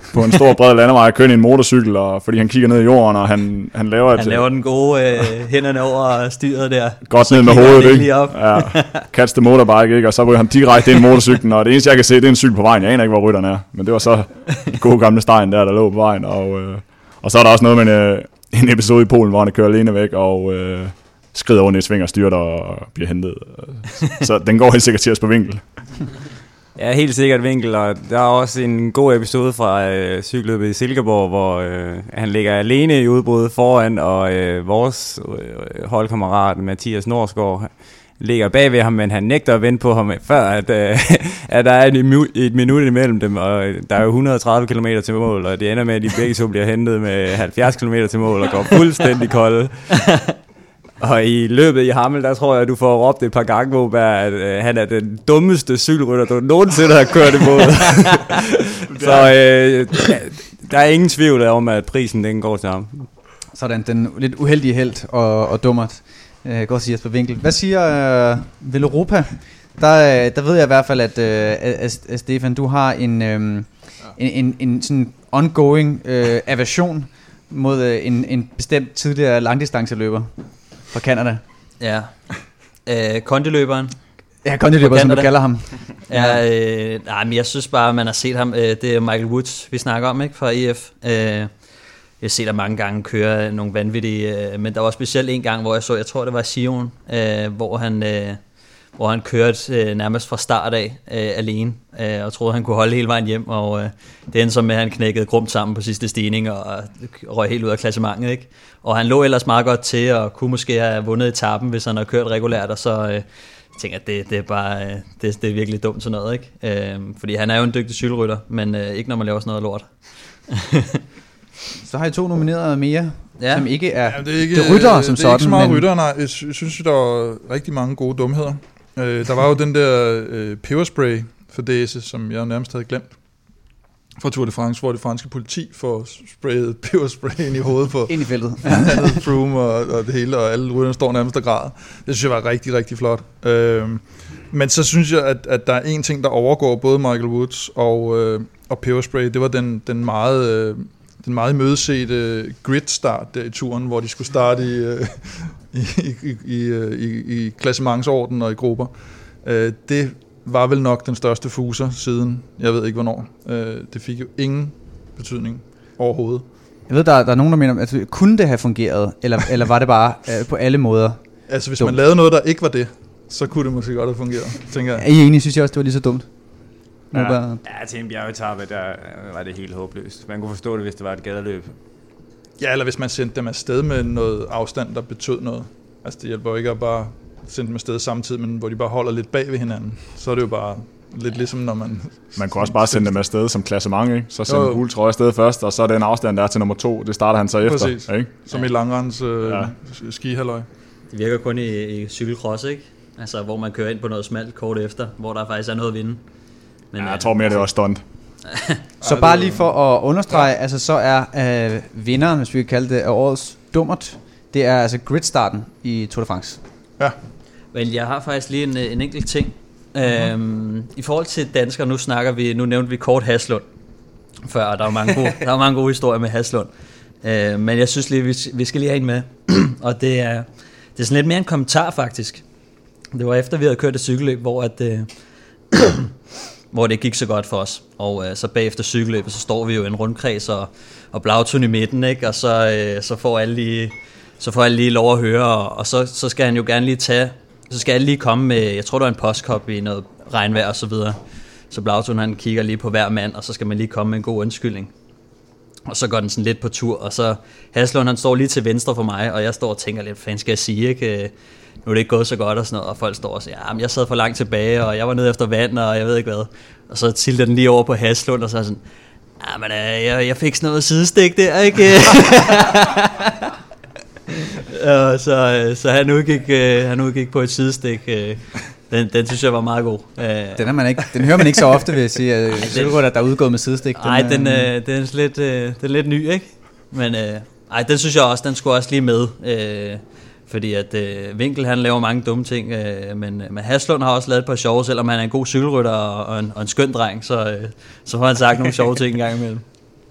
på en stor bred landevej og kører i en motorcykel, og fordi han kigger ned i jorden, og han laver Han laver den gode hænderne over styret der. Godt ned med hovedet, ikke? Op. Ja, catch the motorbike, ikke? Og så ryger han direkte ind i motorcyklen, og det eneste jeg kan se, det er en cykel på vejen. Jeg aner ikke, hvor rytteren er, men det var så den gode gamle Stein der lå på vejen, og så er der også noget med en episode i Polen, hvor han kører alene væk, og skrider over i sving og styrter og bliver hentet. Så den går helt sikkert til os på vinkel. Ja, helt sikkert vinkel, og der er også en god episode fra cykelløbet i Silkeborg, hvor han ligger alene i udbruddet foran, og vores holdkammerat Mathias Norsgaard ligger bag ved ham, men han nægter at vente på ham, før at der er et minut imellem dem, og der er jo 130 km til mål, og det ender med, at de begge to bliver hentet med 70 km til mål, og går fuldstændig kolde. Og i løbet i Hammel, der tror jeg, at du får råbt et par gange, hvor at han er den dummeste cykelrytter, du nogensinde har kørt imod. Så der er ingen tvivl om, at prisen den går til ham. Sådan, den lidt uheldige helt og dummert. Godt sige Jesper Winkel. Hvad siger Vel Europa? Der ved jeg i hvert fald, at Stefan, du har en sådan ongoing aversion mod en bestemt tidligere langdistanceløber fra Canada. Ja. Kondiløberen. Ja, kondiløber, som du kalder ham. Nej, men jeg synes bare, man har set ham. Det er Michael Woods, vi snakker om, ikke, fra EF. Jeg har set ham mange gange køre nogle vanvittige, men der var specielt en gang, hvor jeg tror det var Sion, hvor han kørte nærmest fra start af alene, og troede han kunne holde hele vejen hjem, og det endte så med, at han knækkede grumt sammen på sidste stigning, og røg helt ud af klassementet, ikke? Og han lå ellers meget godt til, og kunne måske have vundet etappen, hvis han havde kørt regulært, og så tænker jeg, det er bare, det er virkelig dumt sådan noget, ikke? Fordi han er jo en dygtig cykelrytter, men ikke når man laver sådan noget lort. Så har I 2 nomineret mere, som ikke er, det er ikke, det ryttere som det er sådan. Ikke så meget ryttere, nej. Jeg synes, der var rigtig mange gode dumheder. Der var jo den der peberspray fadæse, som jeg nærmest havde glemt fra Tour de France, hvor det franske politi får sprayet peberspray ind i hovedet på ind i feltet. Froome og det hele, og alle rytterne står nærmest og græder. Det synes jeg var rigtig, rigtig flot. Men så synes jeg, at der er en ting, der overgår både Michael Woods og peberspray. Det var den meget imødesete grid-start der i turen, hvor de skulle starte i klassementsorden og i grupper. Det var vel nok den største fuser siden, jeg ved ikke hvornår. Det fik jo ingen betydning overhovedet. Jeg ved, der er nogen, der mener, at kunne det have fungeret, eller var det bare på alle måder? Altså hvis man lavede noget, der ikke var det, så kunne det måske godt have fungeret, tænker jeg. Er I enige? Synes jeg også, det var lige så dumt? Ja, til en bjergetappe, der var det helt håbløst. Man kunne forstå det, hvis det var et gadeløb. Ja, eller hvis man sendte dem afsted med noget afstand, der betød noget. Altså det hjælper jo ikke at bare sende dem afsted samtidig, men hvor de bare holder lidt bag ved hinanden. Så er det jo bare lidt ligesom, når man... Man kunne også bare sende dem afsted som klassement, ikke? Så sende gul trøje afsted først, og så er den afstand, der er til nummer 2, det starter han så efter. Præcis. Ikke? Som i langrens skihalløj. Det virker kun i cykelcross, ikke? Altså, hvor man kører ind på noget smalt kort efter, hvor der faktisk er noget at vinde. Men, jeg tror mere, det var stunt. Så bare lige for at understrege, altså så er vinderen, hvis vi kan kalde det, af årets dummert, det er altså gridstarten i Tour de France. Ja. Vel, jeg har faktisk lige en enkelt ting. I forhold til danskere, nu nævnte vi Kort Haslund før, og der er mange gode historier med Haslund. Men jeg synes lige, vi skal lige have en med, og det er sådan lidt mere en kommentar faktisk. Det var efter vi havde kørt et cykelløb, hvor det gik så godt for os, og så bagefter cykelløbet, så står vi jo i en rundkreds og Blautun i midten, ikke? Og så får alle lige lov at høre, og så skal han jo gerne lige så skal alle lige komme med, jeg tror det var en postkop i noget regnvejr og så videre, så Blautun han kigger lige på hver mand, og så skal man lige komme med en god undskyldning, og så går den sådan lidt på tur, og så Haslund han står lige til venstre for mig, og jeg står og tænker lidt, hvad fanden skal jeg sige, ikke? Nu er det ikke gået så godt og sådan noget, og folk står og siger, ja, jeg sad for langt tilbage, og jeg var nede efter vand, og jeg ved ikke hvad. Og så tilter den lige over på Haslund, og så er sådan, ja, men jeg fik sådan noget sidestik der, ikke? Så han udgik på et sidestik. Den synes jeg var meget god. Den hører man ikke så ofte, vil jeg sige. Der er udgået med sidestik. Nej, den er lidt ny, ikke? Men den synes jeg også, den skulle også lige med. Fordi at Winkel han laver mange dumme ting, men Haslund har også lavet et par sjove, selvom han er en god cykelrytter og en skøn dreng, så får han sagt nogle sjove ting en gang imellem.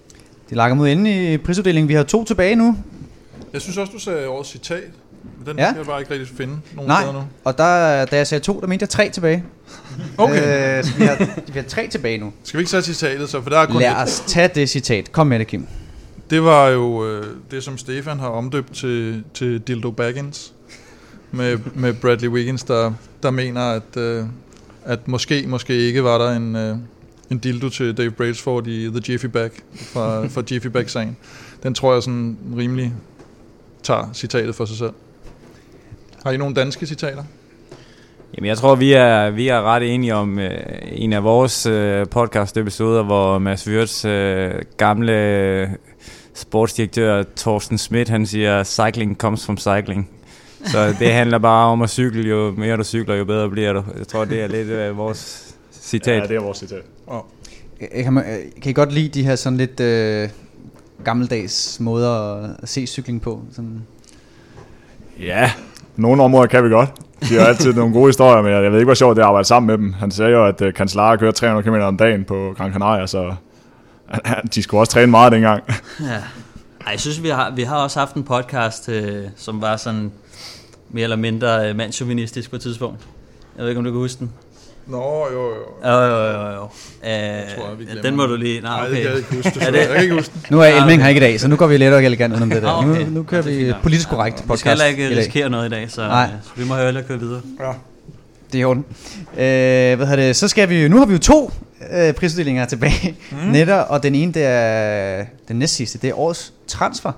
De lakker mod enden i prisuddelingen. Vi har 2 tilbage nu. Jeg synes også, du sagde årets citat. Den kan jeg bare ikke rigtig finde nogen steder nu. Og da jeg sagde 2, der mente jeg 3 tilbage. Okay. Så vi har 3 tilbage nu. Skal vi ikke tage citatet så? For der er kun Lad os tage det citat. Kom med det, Kim. Det var jo det, som Stefan har omdøbt til Dildo Baggins. Med Bradley Wiggins, der mener, at måske ikke var der en dildo til Dave Brailsford i The Jiffy Bag fra Jiffy Bag-sagen. Den tror jeg sådan rimelig tager citatet for sig selv. Har I nogle danske citater? Jamen, jeg tror, vi er ret enige om en af vores podcast-episoder, hvor Mads Wirtz gamle sportsdirektør Thorsten Schmidt, han siger, cycling comes from cycling. Så det handler bare om at cykle. Jo mere du cykler, jo bedre bliver du. Jeg tror, det er lidt vores citat. Ja, det er vores citat. Oh. Kan I godt lide de her sådan lidt gammeldags måder at se cykling på? Sådan. Ja, nogle områder kan vi godt. De har altid nogle gode historier, men jeg ved ikke, hvor sjovt det er at arbejde sammen med dem. Han sagde jo, at Cancellara kører 300 km om dagen på Gran Canaria, så de skulle også træne meget dengang. Ja. Ej, jeg synes, vi har også haft en podcast, som var sådan mere eller mindre mandsjuvenistisk på et tidspunkt. Jeg ved ikke, om du kan huske den? Nå, jo. Jo. Den må du lige... Nej, det kan jeg ikke huske. Jeg kan ikke huske den. Nu er Elming her ikke i dag, så nu går vi lidt og elegant ud om det der. Okay. Nu kører vi politisk korrekt podcast. Vi skal heller ikke risikere noget i dag, så vi må hellere køre videre. Ja. Det er orden. Så skal vi... Nu har vi jo 2 prisuddelinger tilbage. Netter, og den ene, det er den næstsidste. Det er årets transfer.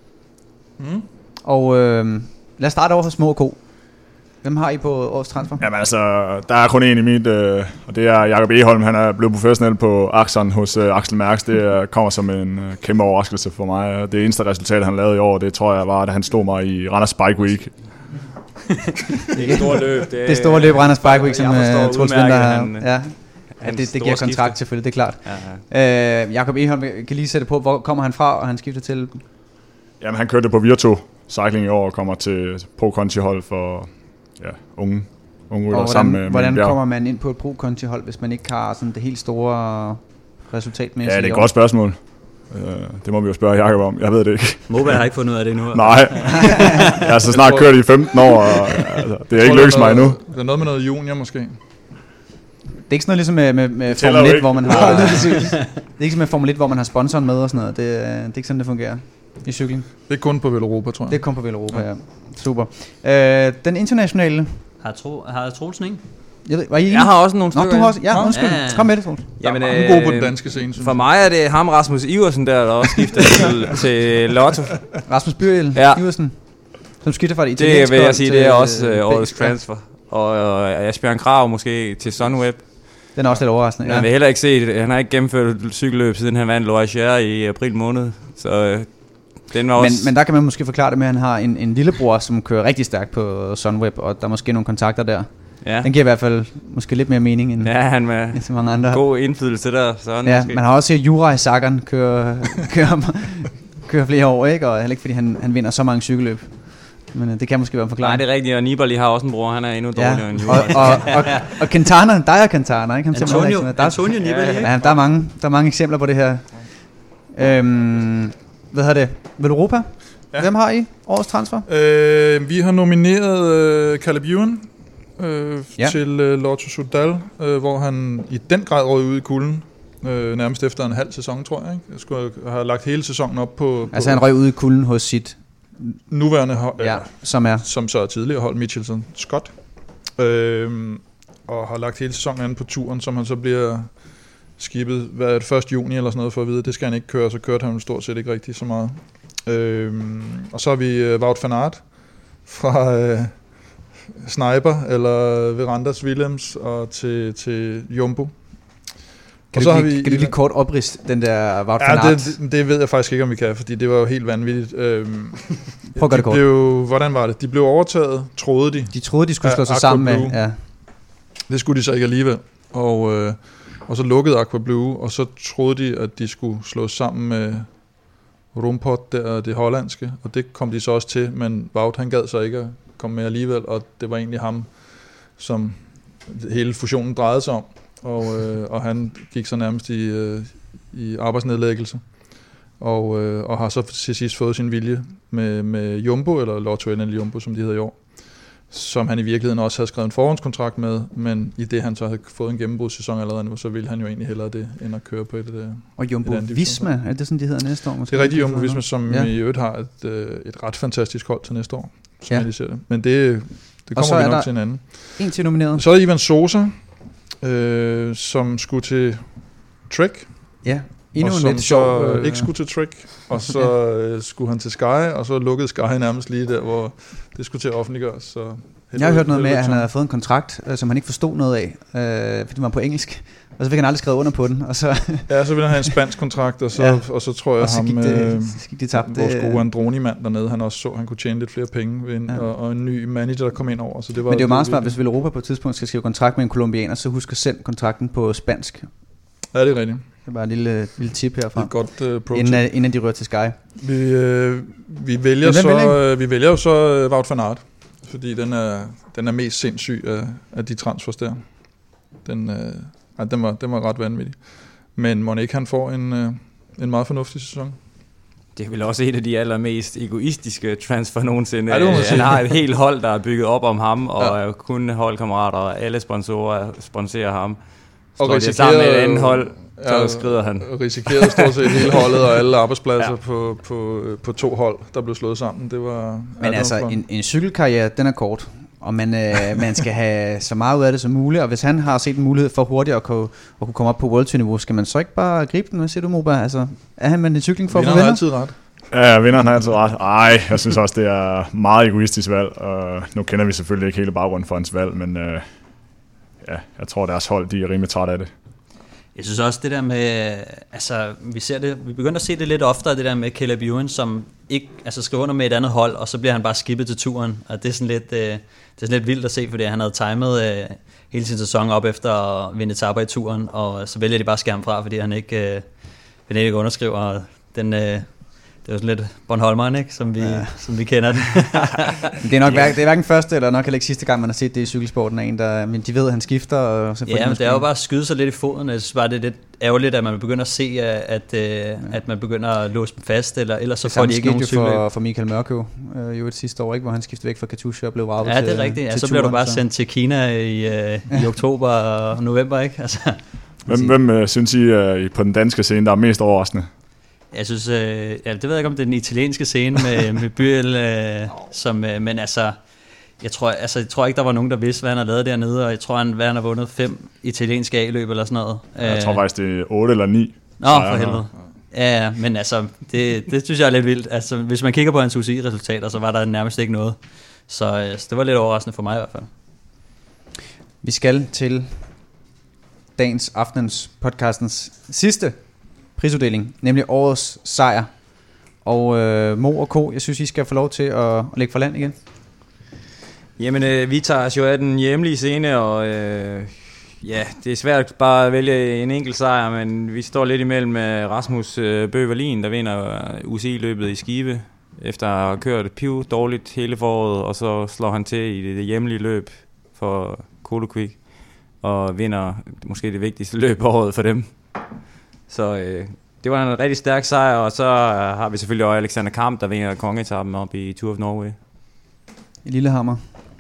Og lad os starte over hos Må og Ko. Hvem har I på årets transfer? Jamen altså, der er kun en i mit, og det er Jakob Egholm. Han er blevet professionel på Axon hos Axel Mærks. Det kommer som en kæmpe overraskelse for mig. Det eneste resultat, han lavede i år, det tror jeg var, da han slog mig i Randers Bike Week. Det er et stort løb. Det store løb Randers Bike Week, som Troels Vinter har. Ja, det giver kontrakt skifte. selvfølgelig, det er klart. Jakob Egholm kan lige sætte på, hvor kommer han fra, og han skifter til? Jamen, han kørte på Virtu Cycling i år og kommer til pro-conti-hold for unge rytter sammen med hvordan kommer man ind på et pro-conti-hold, hvis man ikke har sådan det helt store resultatmæssige? Ja, det er et godt spørgsmål. Det må vi jo spørge Jakob om. Jeg ved det ikke. Moberg har ikke fundet ud af det endnu. Nej. Jeg har så snart kørt i 15 år, og det er ikke lykkes mig endnu. Det er noget med noget junior måske. Det er ikke sådan noget ligesom med Formel 1, hvor man har... det er ikke som med Formel 1, hvor man har sponsoren med og sådan noget. Det er ikke sådan, det fungerer i cykling. Det er kun på Velropa, tror jeg. Det er kun på Velropa, ja. Super. Den internationale... Har Troelsen ikke? Jeg har også nogle stykker. Nå, du har også... Ja, undskyld. Kom med det, Troels. Jamen, der er gode på den danske scene, for mig er det ham, Rasmus Iversen, der også skifter til Lotto. Rasmus Byrjel Iversen, som skifter fra det italienske. Det vil jeg sige, det er også årets transfer. Og Asbjørn Krav måske til Sunweb. Den er også lidt overraskende. Ja. Han vil heller ikke se det. Han har ikke gennemført cykelløb, siden han vandt Loire i april måned. Så den var også... Men der kan man måske forklare det med, at han har en lillebror, som kører rigtig stærkt på Sunweb, og der er måske nogle kontakter der. Ja. Den giver i hvert fald måske lidt mere mening end han med så mange andre. God indflydelse der. Sådan ja, måske. Man har også set Juraj Sagan køre flere år, ikke? Og heller ikke fordi han vinder så mange cykelløb. Men det kan måske være en forklaring. Nej, det er rigtigt, og Nibali har også en bror, han er endnu dårligere end Juraj. Og Quintana, der er Quintana, ikke? Antonio Nibali, ja, der er mange eksempler på det her. Hvad hedder det? Velropa? Ja. Hvem har I årets transfer? Vi har nomineret Caleb Ewan til Lotto Soudal, hvor han i den grad røg ud i kulden. Nærmest efter en halv sæson, tror jeg. Ikke? Jeg skulle have lagt hele sæsonen op på... Altså han røg ud i kulden hos sit... nuværende hold, som så tidligere hold, Mitchelson Scott. Og har lagt hele sæsonen an på turen, som han så bliver skibet 1. juni eller sådan noget, for at vide, det skal han ikke køre, så kørte han stort set ikke rigtig så meget. Og så har vi Wout van Aert fra Sniper, eller Verandas Willems, og til Jumbo. Kan du lige kort opriste den der Wout van Aert? Det ved jeg faktisk ikke, om vi kan, fordi det var jo helt vanvittigt. Prøv at gøre det kort. Hvordan var det? De blev overtaget, troede de. De troede, de skulle slå sig sammen med... Ja. Det skulle de så ikke alligevel. Og så lukkede Aqua Blue, og så troede de, at de skulle slås sammen med Rumpot, der det hollandske, og det kom de så også til, men Wout, han gad så ikke at komme med alligevel, og det var egentlig ham, som hele fusionen drejede sig om, og han gik så nærmest i arbejdsnedlæggelse. og har så til sidst fået sin vilje med Jumbo, eller Lotto eller Jumbo, som de hedder i år, som han i virkeligheden også havde skrevet en forhåndskontrakt med, men i det han så havde fået en gennembrudssæson allerede nu, så ville han jo egentlig hellere det, end at køre på og Jumbo Visma, er det sådan, de hedder næste år? Måske? Det er rigtigt Jumbo Visma, som i øvrigt har et ret fantastisk hold til næste år, som jeg lige ser det. Men det kommer vi nok til en anden. En til nomineret. Så er der Ivan Sosa, som skulle til Trek. Ja. Og som så ikke skulle til Trek, og så skulle han til Sky, og så lukkede Sky nærmest lige der, hvor det skulle til at offentliggøres. Så jeg har hørt noget med, at han havde fået en kontrakt, som han ikke forstod noget af, fordi den var på engelsk, og så fik han aldrig skrevet under på den. Og så ja, så ville han have en spansk kontrakt, og så tror jeg, og så gik det tabt. Vores gode Androni-mand dernede, han også så, han kunne tjene lidt flere penge, ved og en ny manager, der kom ind over. Så det var, men det er jo meget smart, hvis Europa på et tidspunkt skal skrive kontrakt med en kolumbianer, så husk at sende kontrakten på spansk. Ja, det er rigtigt. Det er bare et lille tip herfra. Det er et godt inden de rører til Sky. Vi vælger jo så Wout van Aert, fordi den er mest sindssyg af de transfers der. Den var ret vanvittig. Men Monique, han får en meget fornuftig sæson. Det er vel også et af de allermest egoistiske transfer nogensinde. Ja, han har et helt hold, der er bygget op om ham, og kun holdkammerater, og alle sponsorer sponsorer ham. Og det sammen med et andet hold, så skrider han. Risikerede stort set hele holdet og alle arbejdspladser på 2 hold, der blev slået sammen. Det var, men altså, en cykelkarriere, den er kort, og man skal have så meget ud af det som muligt, og hvis han har set en mulighed for hurtigt at kunne komme op på World Tour-niveau, skal man så ikke bare gribe den? Hvad siger du, Moba? Altså, er han med en cykling for at få vinder? Altid ret. Ja, vinderen har altid ret. Ej, jeg synes også, det er meget egoistisk valg, og nu kender vi selvfølgelig ikke hele baggrunden for hans valg, men jeg tror, deres hold, de er rimelig træt af det. Jeg synes også det der med, altså vi begynder at se det lidt oftere, det der med Caleb Ewan, som ikke, altså skriver under med et andet hold, og så bliver han bare skippet til turen, og det er sådan lidt vildt at se, fordi han havde timet hele sin sæson op efter at vinde etaper i turen, og så vælger de bare at skære ham fra, fordi han ikke underskriver, og det er jo sådan lidt Bornholmeren, ikke? Som vi kender den. Det er nok det er hverken første eller nok heller ikke sidste gang, man har set det i cykelsporten af en, men de ved, at han skifter. Og så men det er jo bare at skyde sig lidt i foden. Jeg synes bare, det er lidt ærgerligt, at man begynder at se, at man begynder at låse dem fast, eller ellers så får de ikke nogen cykel. For Michael Mørkøv jo et sidste år, ikke? Hvor han skiftede væk fra Katusha og blev vraget til. Ja, det er rigtigt. Ja, så bliver du bare sendt til Kina i oktober og november, ikke? Altså. Hvem synes I på den danske scene, der er mest overraskende? Jeg synes, det ved jeg ikke, om det er den italienske scene med Buell, men altså, jeg tror ikke, der var nogen, der vidste, hvad han har lavet dernede, og jeg tror, han har vundet 5 italienske A-løb eller sådan noget. Jeg tror faktisk, det er 8 eller 9. Nå, for helvede. Ja, men altså, det synes jeg er lidt vildt. Altså, hvis man kigger på hans UCI-resultater, så var der nærmest ikke noget. Så det var lidt overraskende for mig i hvert fald. Vi skal til aftenens podcastens sidste prisuddeling, nemlig årets sejr. Og Mo og Ko, jeg synes, I skal få lov til at lægge for land igen. Jamen, vi tager os jo af den hjemlige scene, og det er svært bare at vælge en enkelt sejr, men vi står lidt imellem Rasmus Bøh-Wallin, der vinder UCI-løbet i Skive, efter at have kørt piv dårligt hele foråret, og så slår han til i det hjemlige løb for Colo Quick, og vinder måske det vigtigste løb på året for dem. Så det var en rigtig stærk sejr, og så har vi selvfølgelig også Alexander Kamp, der vinder kongeetappen op i Tour of Norway. I Lillehammer.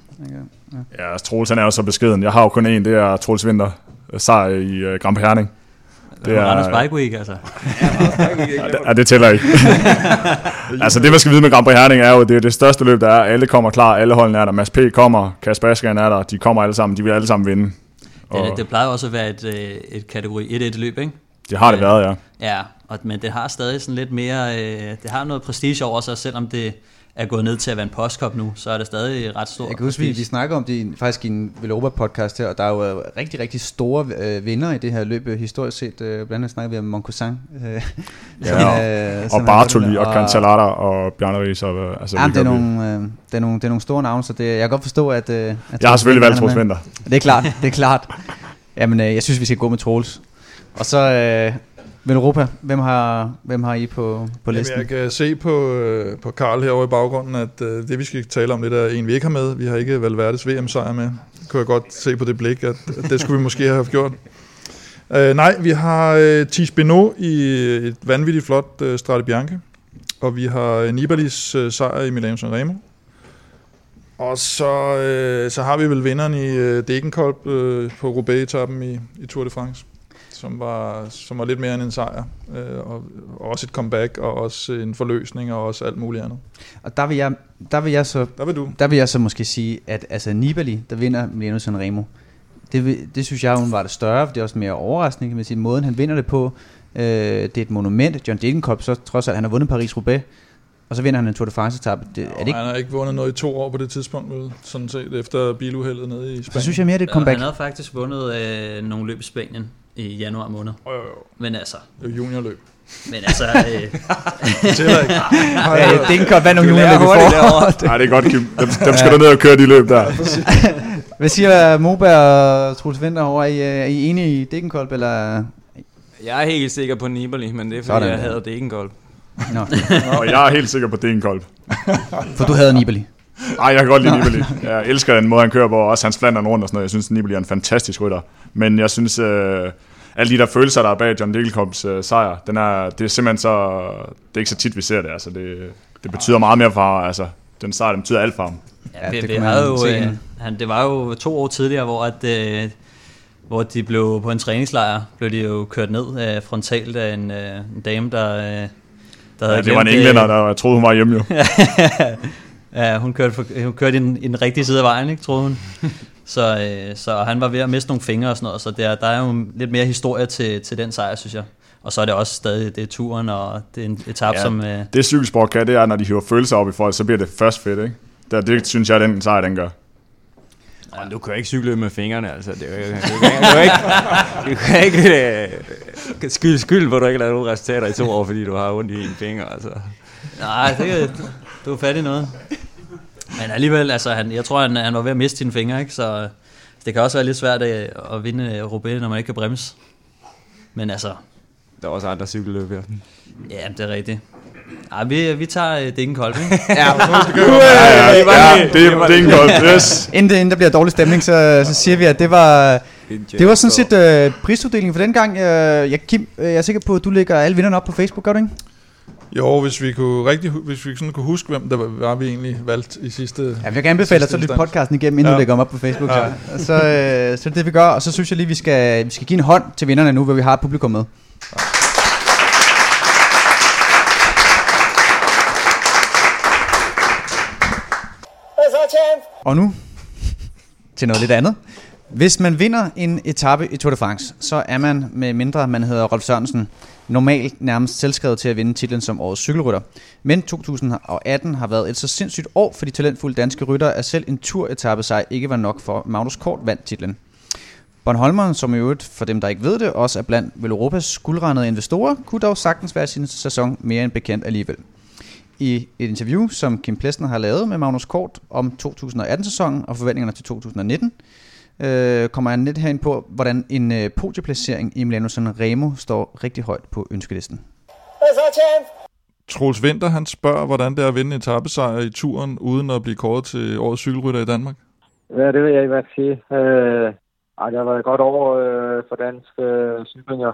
Ja, Troels han er jo så beskeden. Jeg har jo kun en, det er Troels Vinter sejr i Grand Prix Herning. Det er Randers Bike Week, altså. Ja, det tæller ikke. Altså det, man skal vide med Grand Prix Herning, er jo, det er det største løb, der er. Alle kommer klar, alle holdene er der. Mads P. kommer, Kasper Asgren er der, de kommer alle sammen, de vil alle sammen vinde. Det plejer også at være et kategori 1-1 løb, ikke? Det har det været, ja. Ja, men det har stadig sådan lidt mere, det har noget prestige over sig, selvom det er gået ned til at være en postkop nu, så er det stadig ret stort. Jeg kan huske, vi snakker om det faktisk i en Velropa-podcast her, og der er jo rigtig, rigtig store vinder i det her løb historisk set. Blandt andet snakker vi om Moncousin. Og Bartoli og Cancellara og Bjarne Ries. Altså, det er nogle store navne, så jeg kan godt forstå, at jeg har selvfølgelig valgt Troels Vinter. Det er klart. Jamen, jeg synes, vi skal gå med Troels. Og så Velropa, hvem har I på listen? Jamen, jeg kan se på Karl herovre i baggrunden, at det vi skal tale om lidt er en, vi ikke har med. Vi har ikke Valverdes VM-sejr med. Det kunne jeg godt se på det blik, at det skulle vi måske have gjort. Nej, vi har Tis Benoit i et vanvittigt flot Strade Bianche, og vi har Nibalis sejr i Milano Sanremo. Og så har vi vel vinderen i Degenkolb på Roubaix-etappen i Tour de France, som var lidt mere end en sejr, og også et comeback, og også en forløsning, og også alt muligt andet. Og der vil jeg så måske sige, at altså Nibali, der vinder Milano Sanremo, det synes jeg, hun var det større, for det er også mere overraskende, kan man sige, måden han vinder det på. Det er et monument. John Degenkolb, så trods alt, han har vundet Paris-Roubaix, og så vinder han en Tour de France-etape. Han har ikke vundet noget i 2 år på det tidspunkt, vel, sådan set, efter biluheldet nede i Spanien. Så synes jeg mere, det er et comeback. Han havde faktisk vundet nogle løb i Spanien i januar måned. Jo. Men altså... Det er juniorløb. Men altså... Degenkolb, hvad nogle juniorløb i foråret? Nej, det er godt, Kim. Dem skal du ned og køre de løb der. Hvad siger Moberg og Troels Vinter over? Er I enige i Degenkolb, eller... Jeg er helt sikker på Nibali, men det er fordi, jeg hader Degenkolb. Nå. Og jeg er helt sikker på Degenkolb. For du hader Nibali? Nej, jeg kan godt lide Nibali. Jeg elsker den måde, han kører på, og også hans Flandern rundt og sådan noget. Jeg synes, Nibali er en fantastisk rytter. Men jeg synes, alle de der følelser, der er bag John Degenkolbs sejr, det er simpelthen så... Det er ikke så tit, vi ser det. Altså, det betyder meget mere for ham. Altså, den sejr, det betyder alt for ham. Ja, det var jo 2 år tidligere, hvor de blev på en træningslejr, blev de jo kørt ned frontalt af en dame, der havde glemt... Det var en englænder, der troede, hun var hjemme jo. Ja, hun kørte i den rigtige side af vejen, ikke, troede hun. Så han var ved at miste nogle fingre og sådan noget, så der er jo lidt mere historie til den sejr, synes jeg. Og så er det også stadig, det er turen, og det er en etape, som... Det cykelsport kan, det er, når de hiver følelser op i folk, så bliver det først fedt, ikke? Det synes jeg, den sejr, den gør. Ja, du kan ikke cykle med fingrene, altså. Du kan ikke skyld, hvor du ikke lader nogen resultater i 2 år, fordi du har ondt i en finger, altså. Nej, du er fat i noget. Men alligevel, altså, jeg tror, han var ved at miste sine fingre, ikke? Så det kan også være lidt svært at vinde Roubaix, når man ikke kan bremse. Men altså... Der er også andre cykelløb her. Ja, det er rigtigt. Ej, vi tager Degenkolb, ikke? Ja, det er Degenkolb, yes. Inden der bliver dårlig stemning, så siger vi, at det var sådan set prisuddelingen for den gang. Kim, jeg er sikker på, at du lægger alle vinderne op på Facebook, gør du ikke? Jo, hvis vi sådan kunne huske, hvem der var vi egentlig valgt i sidste... Ja, jeg kan anbefale dig så lytte podcasten igennem, inden du lægger dem op på Facebook. Ja. Så er det, vi gør. Og så synes jeg lige, vi skal give en hånd til vinderne nu, hvor vi har et publikum med. Ja. Og nu til noget lidt andet. Hvis man vinder en etape i Tour de France, så er man, med mindre man hedder Rolf Sørensen, normalt nærmest selvskrevet til at vinde titlen som årets cykelrytter. Men 2018 har været et så sindssygt år for de talentfulde danske ryttere, at selv en turetappe sig ikke var nok for Magnus Kort vandt titlen. Bornholmeren, som i øvrigt, for dem der ikke ved det, også er blandt Veloropas guldrendede investorer, kunne dog sagtens være sin sæson mere end bekendt alligevel. I et interview, som Kim Plesner har lavet med Magnus Kort om 2018-sæsonen og forventningerne til 2019, kommer han lidt herind på, hvordan en podieplacering i Milano Sanremo står rigtig højt på ønskelisten. Troels Vinter, han spørger, hvordan det er at vinde en etapesejr i turen, uden at blive kåret til årets cykelrytter i Danmark. Ja, det vil jeg i hvert fald sige. Det har været et godt år for dansk cyklinger.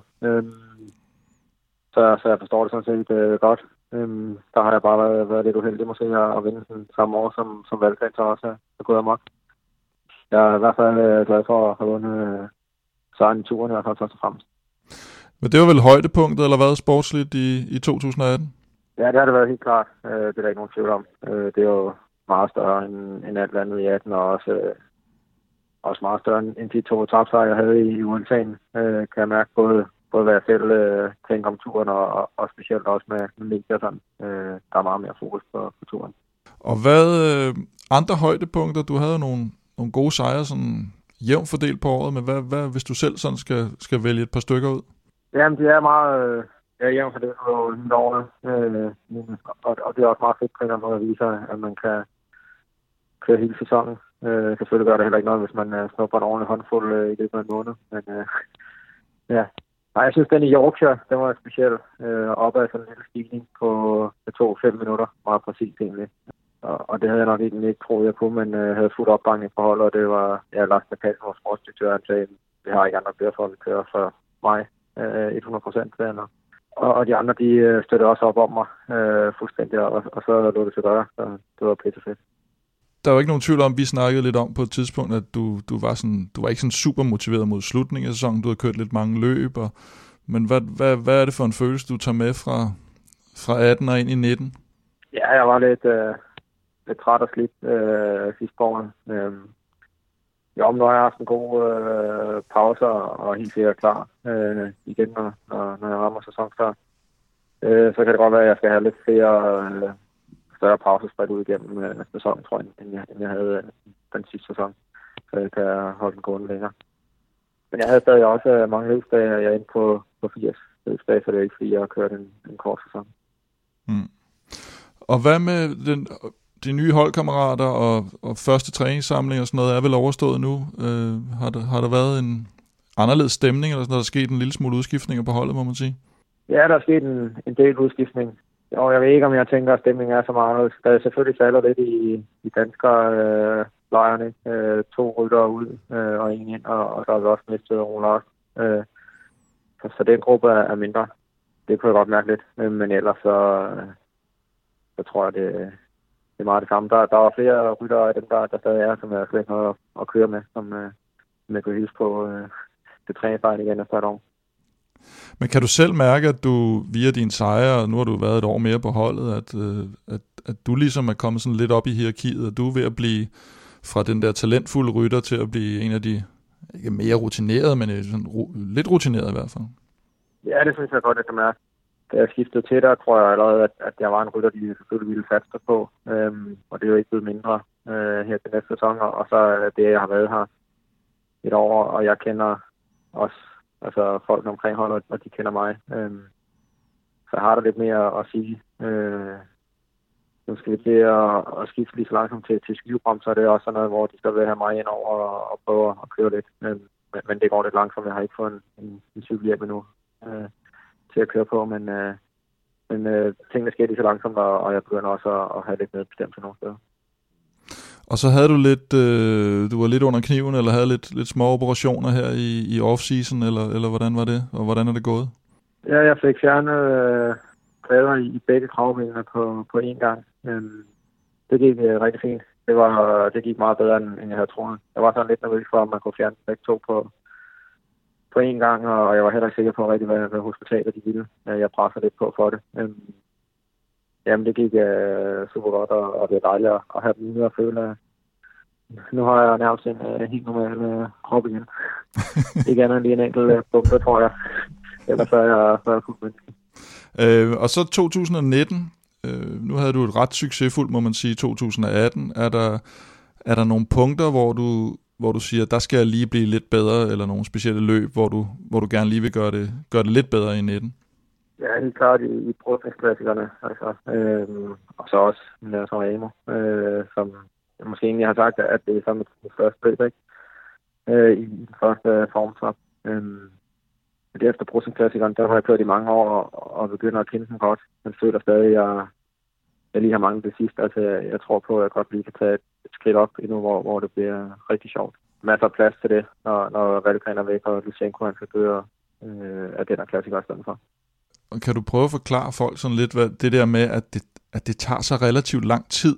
Så jeg forstår det sådan set godt. Der har jeg bare været lidt uheldig måske at vinde den samme år, som valgfans også er gået amok. Jeg er i hvert fald glad for at have vundet sejren i turen, i hvert fald først og fremmest. Men det var vel højdepunktet, eller hvad, sportsligt i 2018? Ja, det har det været helt klart. Det er der ikke nogen tvivl om. Det er jo meget større end alt andet i 18, og også meget større end de 2 etapesejre, jeg havde i USA'en. Kan jeg mærke både hvad jeg selv tænker om turen, og specielt også med medier og sådan. Der er meget mere fokus på turen. Og hvad andre højdepunkter? Du havde nogle gode sejre, sådan jævnt fordelt på året, men hvad hvis du selv sådan skal vælge et par stykker ud? Jamen, det er meget jævnt fordelt på året. Og det er også meget fedt på en eller anden måde at vise, at man kan køre hele sæsonen. Selvfølgelig gør det heller ikke noget, hvis man snupper en ordentlig håndfuld i løbet af en måned. Men ja. Nej, jeg synes, den i Yorkshire, den var speciel. Op ad sådan en lille stigning på 2-5 minutter. Meget præcis egentlig. Og det havde jeg nok ikke troet på, men havde fuld opbakning på holdet, og det var Lars Macalsen, vores sportsdirektør, han sagde, vi har ikke andre bedre for, at vi kører, mig 100%. Og de andre, de støttede også op om mig fuldstændig, og så lå det til døre, så det var pisse fedt. Der var ikke nogen tvivl om, vi snakkede lidt om på et tidspunkt, at du var ikke sådan super motiveret mod slutningen af sæsonen. Du havde kørt lidt mange løb, men hvad er det for en følelse, du tager med fra 18 og ind i 19? Ja, jeg var lidt træt og slidt sidste år. Jo, nu har jeg haft en god pause og helt sikkert klar igen, når jeg rammer sæsonstart. Så kan det godt være, at jeg skal have lidt flere større pauser spredt ud igennem sæsonen, tror jeg, end jeg havde den sidste sæson. Så jeg kan holde den gående længere. Men jeg havde stadig også mange løbsdage, og jeg er inde på 80 løbsdage, så det er ikke fordi, jeg har kørt en kort sæson. Mm. Og hvad med de nye holdkammerater og første træningssamling og sådan noget er vel overstået nu? Har der været en anderledes stemning, eller sådan, der er sket en lille smule udskiftninger på holdet, må man sige? Ja, der er sket en del udskiftning. Og jeg ved ikke, om jeg tænker, at stemningen er så meget. Der er selvfølgelig faldet lidt i danskerlejrene. 2 ryttere ud og en ind, og så har vi også mistet Roland. Så den gruppe er mindre. Det kunne jeg godt mærke lidt. Men ellers så tror jeg, det er meget det samme. Der var flere ryttere af dem, der stadig er, som jeg slet ikke har at køre med, som jeg kunne hilse på det træningslejr igen efter et år. Men kan du selv mærke, at du via dine sejre, og nu har du været et år mere på holdet, at du ligesom er kommet sådan lidt op i hierarkiet, og du er ved at blive fra den der talentfulde rytter til at blive en af de, ikke mere rutinerede, men sådan lidt rutineret i hvert fald? Ja, det synes jeg godt, at jeg kan mærke. Da jeg skiftede til der, tror jeg allerede, at jeg var en rytter, de selvfølgelig ville satse på. Og det er jo ikke blevet mindre her til næste sæson, og så er det, jeg har været her et år, og jeg kender også folk omkring holdet, og de kender mig. Så jeg har der lidt mere at sige. Nu skal vi til at skifte lige så langsomt til skivebrom, så er det også sådan noget, hvor de skal have mig ind over og prøve at køre lidt. Men det går lidt langsomt. Jeg har ikke fået en cykelhjelm endnu til at køre på, men tingene sker lige så langsomt, og jeg begynder også at have lidt medbestemt til nogle steder. Og så havde du lidt, du var lidt under kniven, eller havde lidt små operationer her i off-season, eller hvordan var det, og hvordan er det gået? Ja, jeg fik fjernet plader i begge kravbenene på én gang. Det gik rigtig fint. Det gik meget bedre, end jeg havde troet. Jeg var sådan lidt nervøs for, at man kunne fjerne begge to på én gang, og jeg var heller ikke sikker på rigtig, hvad hospitalet de ville. Jeg presser lidt på for det. Jamen, det gik super godt, og det er dejligt at have dem ude og føle, at nu har jeg nærmest en helt normal krop igen. Ikke andet end lige en enkelt bumpe, tror jeg. Ellers er jeg fuldt menneske. Og så 2019. Nu havde du et ret succesfuldt, må man sige, 2018. Er der nogle punkter, hvor du siger, der skal jeg lige blive lidt bedre, eller nogle specielle løb, hvor du gerne lige vil gøre det lidt bedre i 19? Ja, helt klart i brugtningsklassikerne, altså. Og så også med Remo, som jeg måske egentlig har sagt, at det er som et første løb, ikke? I den første formtrap. Det efter brugtningsklassikerne, der har jeg kørt i mange år, og begynder at kende den godt. Men føler stadig, at jeg lige har manglet det sidste. Altså, jeg tror på, at jeg godt lige kan tage et skridt op endnu, hvor det bliver rigtig sjovt. Masser af plads til det, når Valgren er væk, og Lutsenko han skal køre af den her klassiker i stedet for. Og kan du prøve at forklare folk sådan lidt, hvad det der med, at det tager så relativt lang tid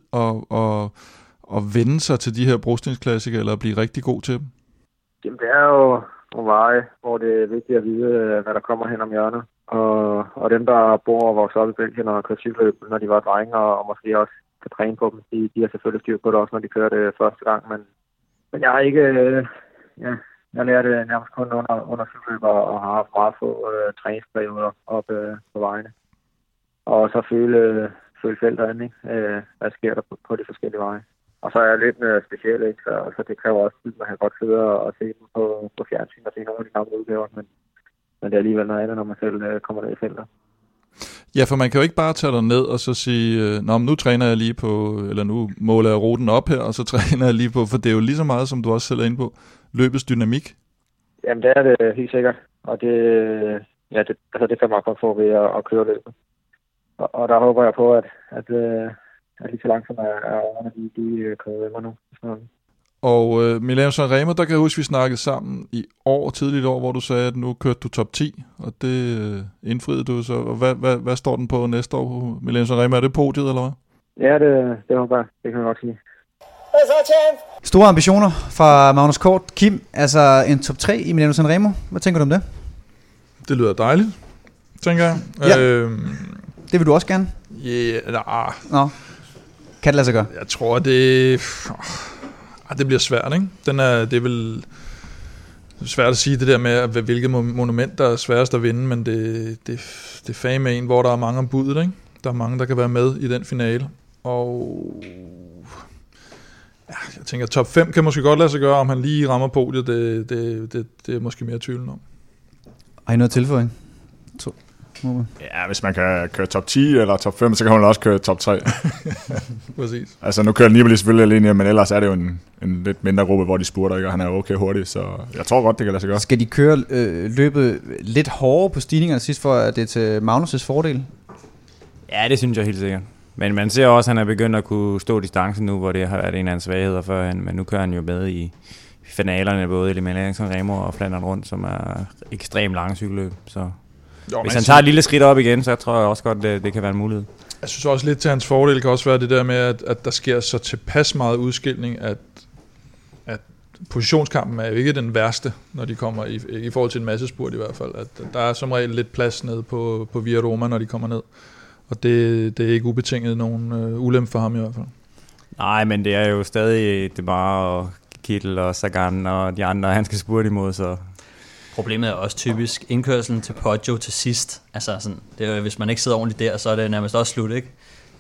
at vende sig til de her brugstensklassiker, eller at blive rigtig god til dem? Jamen, det er jo nogle veje, hvor det er vigtigt at vide, hvad der kommer hen om hjørnet. Og dem, der bor og vokser op i Belgien og kører cykelløb, når de var drenge, og måske også kan træne på dem, de har selvfølgelig styr på det også, når de kører det første gang. Men jeg har ikke... Jeg lærte det nærmest kun under cykelløb og har haft meget få træningsperioder oppe på vejene. Og så føle felterne, ikke? Hvad sker der på de forskellige veje. Og så er jeg lidt speciel, ikke? Så det kræver også tid, man kan godt sidde og se dem på fjernsyn og se nogle af de gamle udgaver, men det er alligevel noget andet, når man selv kommer ned i felter. Ja, for man kan jo ikke bare tage dig ned og så sige, nå, men nu træner jeg lige på, eller nu måler jeg ruten op her, og så træner jeg lige på, for det er jo lige så meget, som du også selv er inde på, løbets dynamik. Jamen, det er det helt sikkert, og det kan man godt få ved at køre løbet. Og der håber jeg på, at lige så langsomt er årene, de kører ved mig nu. Og Milano Sanremo, der kan jeg huske, vi snakkede sammen tidligt år, hvor du sagde, at nu kørte du top 10, og det indfriede du så. Og hvad står den på næste år? Milano Sanremo, er det podiet, eller hvad? Ja, det håber jeg. Det kan jeg godt sige. Store ambitioner fra Magnus Kort. Kim, altså en top 3 i Milano Sanremo. Hvad tænker du om det? Det lyder dejligt, tænker jeg. Ja. Det vil du også gerne? Nå. Kan det lade sig gøre? Jeg tror, det bliver svært, ikke? Det er vel svært at sige det der med, hvilket monument der er sværest at vinde, men det er fandme en, hvor der er mange om budet, ikke? Der er mange, der kan være med i den finale. Og jeg tænker, top 5 kan måske godt lade sig gøre, om han lige rammer podiet, det er måske mere tvivl om. Har I noget tilføjning? Ja, hvis man kan køre top 10 eller top 5, så kan man også køre top 3. Præcis. Altså nu kører Nibali selvfølgelig alene, men ellers er det jo en lidt mindre gruppe, hvor de spurter, ikke? Og han er okay hurtig, så jeg tror godt, det kan lade sig gøre. Skal de køre løbet lidt hårdere på stigningerne sidst, for at det er til Magnus' fordel? Ja, det synes jeg helt sikkert. Men man ser også, at han er begyndt at kunne stå distancen nu, hvor det har været en af hans svagheder førhen, men nu kører han jo med i finalerne, både i Milano Sanremo og Flandern rundt, som er ekstremt lange cykelløb, så hvis han tager et lille skridt op igen, så tror jeg også godt, det kan være en mulighed. Jeg synes også lidt til hans fordel kan også være det der med, at der sker så tilpas meget udskilning, at positionskampen er jo ikke den værste, når de kommer i forhold til en masse spurt i hvert fald. At der er som regel lidt plads nede på Via Roma, når de kommer ned. Og det er ikke ubetinget nogen ulempe for ham i hvert fald. Nej, men det er jo stadig det bare og Kittel og Sagan og de andre, han skal spurte imod, så problemet er også typisk indkørselen til Poggio til sidst. Altså sådan, det er jo, hvis man ikke sidder ordentligt der, så er det nærmest også slut, ikke?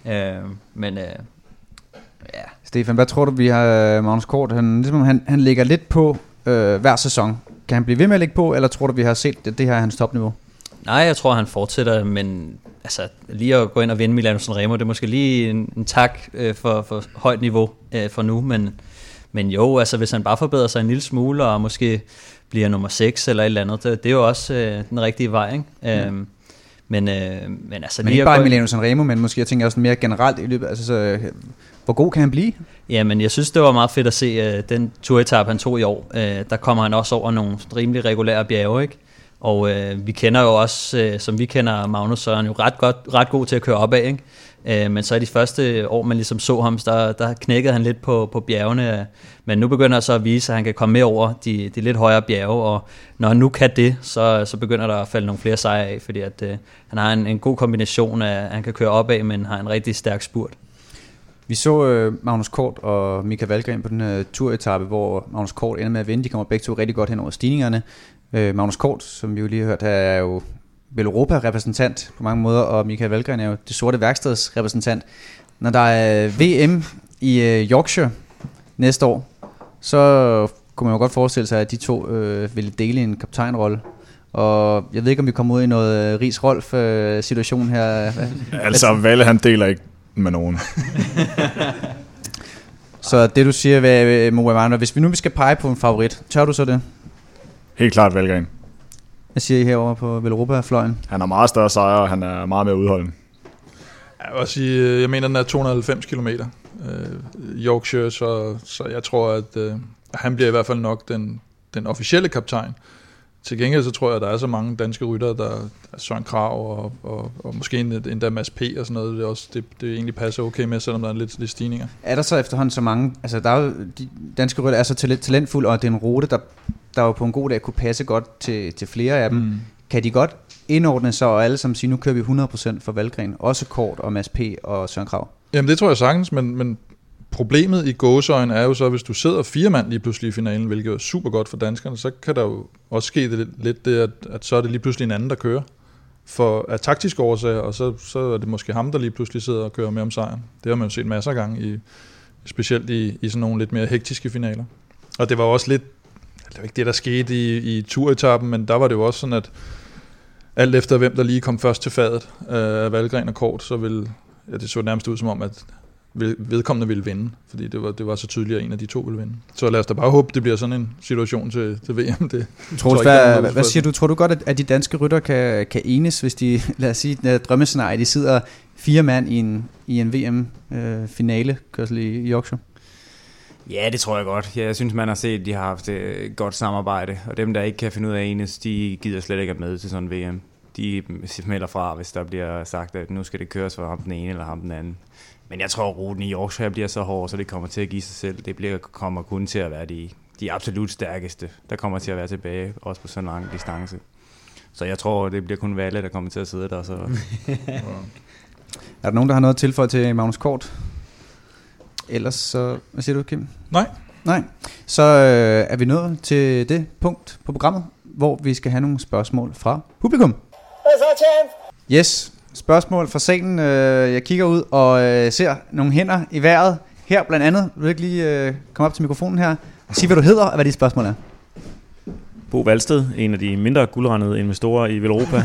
Ja. Stefan, hvad tror du, vi har Magnus Kort? Han ligger lidt på hver sæson. Kan han blive ved med at ligge på, eller tror du, vi har set det her er hans topniveau? Nej, jeg tror, han fortsætter, men altså, lige at gå ind og vinde Milano Sanremo, det er måske lige en tak for højt niveau for nu, men jo, altså hvis han bare forbedrer sig en lille smule, og måske bliver nummer 6 eller et eller andet, det er jo også den rigtige vej, ikke? Men altså men ikke bare i Milano Sanremo, men måske jeg tænker også mere generelt i løbet, altså så, hvor god kan han blive? Ja, men jeg synes det var meget fedt at se den turetape han tog i år. Der kommer han også over nogle rimelig regulære bjerge, ikke? Og vi kender jo også, som vi kender Magnus, så er han jo ret god til at køre opad, ikke? Men så i de første år, man ligesom så ham, der knækkede han lidt på bjergene. Men nu begynder han så at vise, at han kan komme med over de lidt højere bjerge. Og når han nu kan det, så begynder der at falde nogle flere sejre af. Fordi at, han har en god kombination af, at han kan køre opad, men har en rigtig stærk spurt. Vi så Magnus Kort og Mika Valgren på den her turetappe, hvor Magnus Kort ender med at vinde. De kommer begge to rigtig godt hen over stigningerne. Magnus Kort, som vi jo lige har hørt, er jo Europa-repræsentant på mange måder, og Michael Valgren er jo det sorte værksteds repræsentant. Når der er VM i Yorkshire næste år, så kunne man jo godt forestille sig, at de to ville dele en kaptajnrolle. Og jeg ved ikke, om vi kommer ud i noget Ries-Rolf-situation her. Altså, Valle han deler ikke med nogen. Så det du siger, Moe, hvis vi nu skal pege på en favorit, tør du så det? Helt klart Valgren. Hvad siger I herovre på Velropa-fløjen? Han har meget større sejre, og han er meget mere udholden. Jeg mener, den er 290 km Yorkshire, så jeg tror, at han bliver i hvert fald nok den officielle kaptajn. Til gengæld så tror jeg, at der er så mange danske ryttere, der er Søren Krag og måske endda Mads P. og sådan noget, det egentlig passer okay med, selvom der er lidt stigninger. Er der så efterhånden så mange, altså der er jo, de danske ryttere er så talentfulde, og det er en rute, der jo på en god dag kunne passe godt til flere af dem. Mm. Kan de godt indordne sig, og alle som siger, nu kører vi 100% for Valgren, også Kort og Mads P. og Søren Krag? Jamen det tror jeg sagtens, men problemet i gåseøjen er jo så, hvis du sidder 4 mand lige pludselig i finalen, hvilket er super godt for danskerne, så kan der jo også ske lidt det, at så er det lige pludselig en anden, der kører af taktiske årsager, og så er det måske ham, der lige pludselig sidder og kører med om sejren. Det har man jo set masser af gange, specielt i sådan nogle lidt mere hektiske finaler. Og det var også lidt, det var ikke det, der skete i turetappen, men der var det jo også sådan, at alt efter hvem der lige kom først til fadet af Valgren og Kort, så det så nærmest ud som om, at vedkommende ville vinde, fordi det var så tydeligt, at en af de to ville vinde. Så lad os da bare håbe, det bliver sådan en situation til VM. Hvad siger du? Tror du godt, at de danske rytter kan enes, hvis de, lad os sige, drømmescenarie, de sidder 4 mand i en VM-finale kørsel i Yorkshire? Ja, det tror jeg godt. Jeg synes, man har set, at de har haft et godt samarbejde, og dem, der ikke kan finde ud af enes, de gider slet ikke at med til sådan en VM. De melder fra, hvis der bliver sagt, at nu skal det køres for ham den ene eller ham den anden. Men jeg tror, at ruten i Yorkshire bliver så hård, så det kommer til at give sig selv. Det kommer kun til at være de absolut stærkeste, der kommer til at være tilbage, også på sådan en lang distance. Så jeg tror, det bliver kun Valle, der kommer til at sidde der. Så. Er der nogen, der har noget at tilføje til Magnus Kort? Ellers så... Hvad siger du, Kim? Nej. Så er vi nået til det punkt på programmet, hvor vi skal have nogle spørgsmål fra publikum. Yes, spørgsmål fra salen. Jeg kigger ud og ser nogle hænder i vejret. Her blandt andet. Vil du ikke lige komme op til mikrofonen her og sige, hvad du hedder og hvad dit spørgsmål er? Bo Valsted, en af de mindre guldrandede investorer i Villeuropa.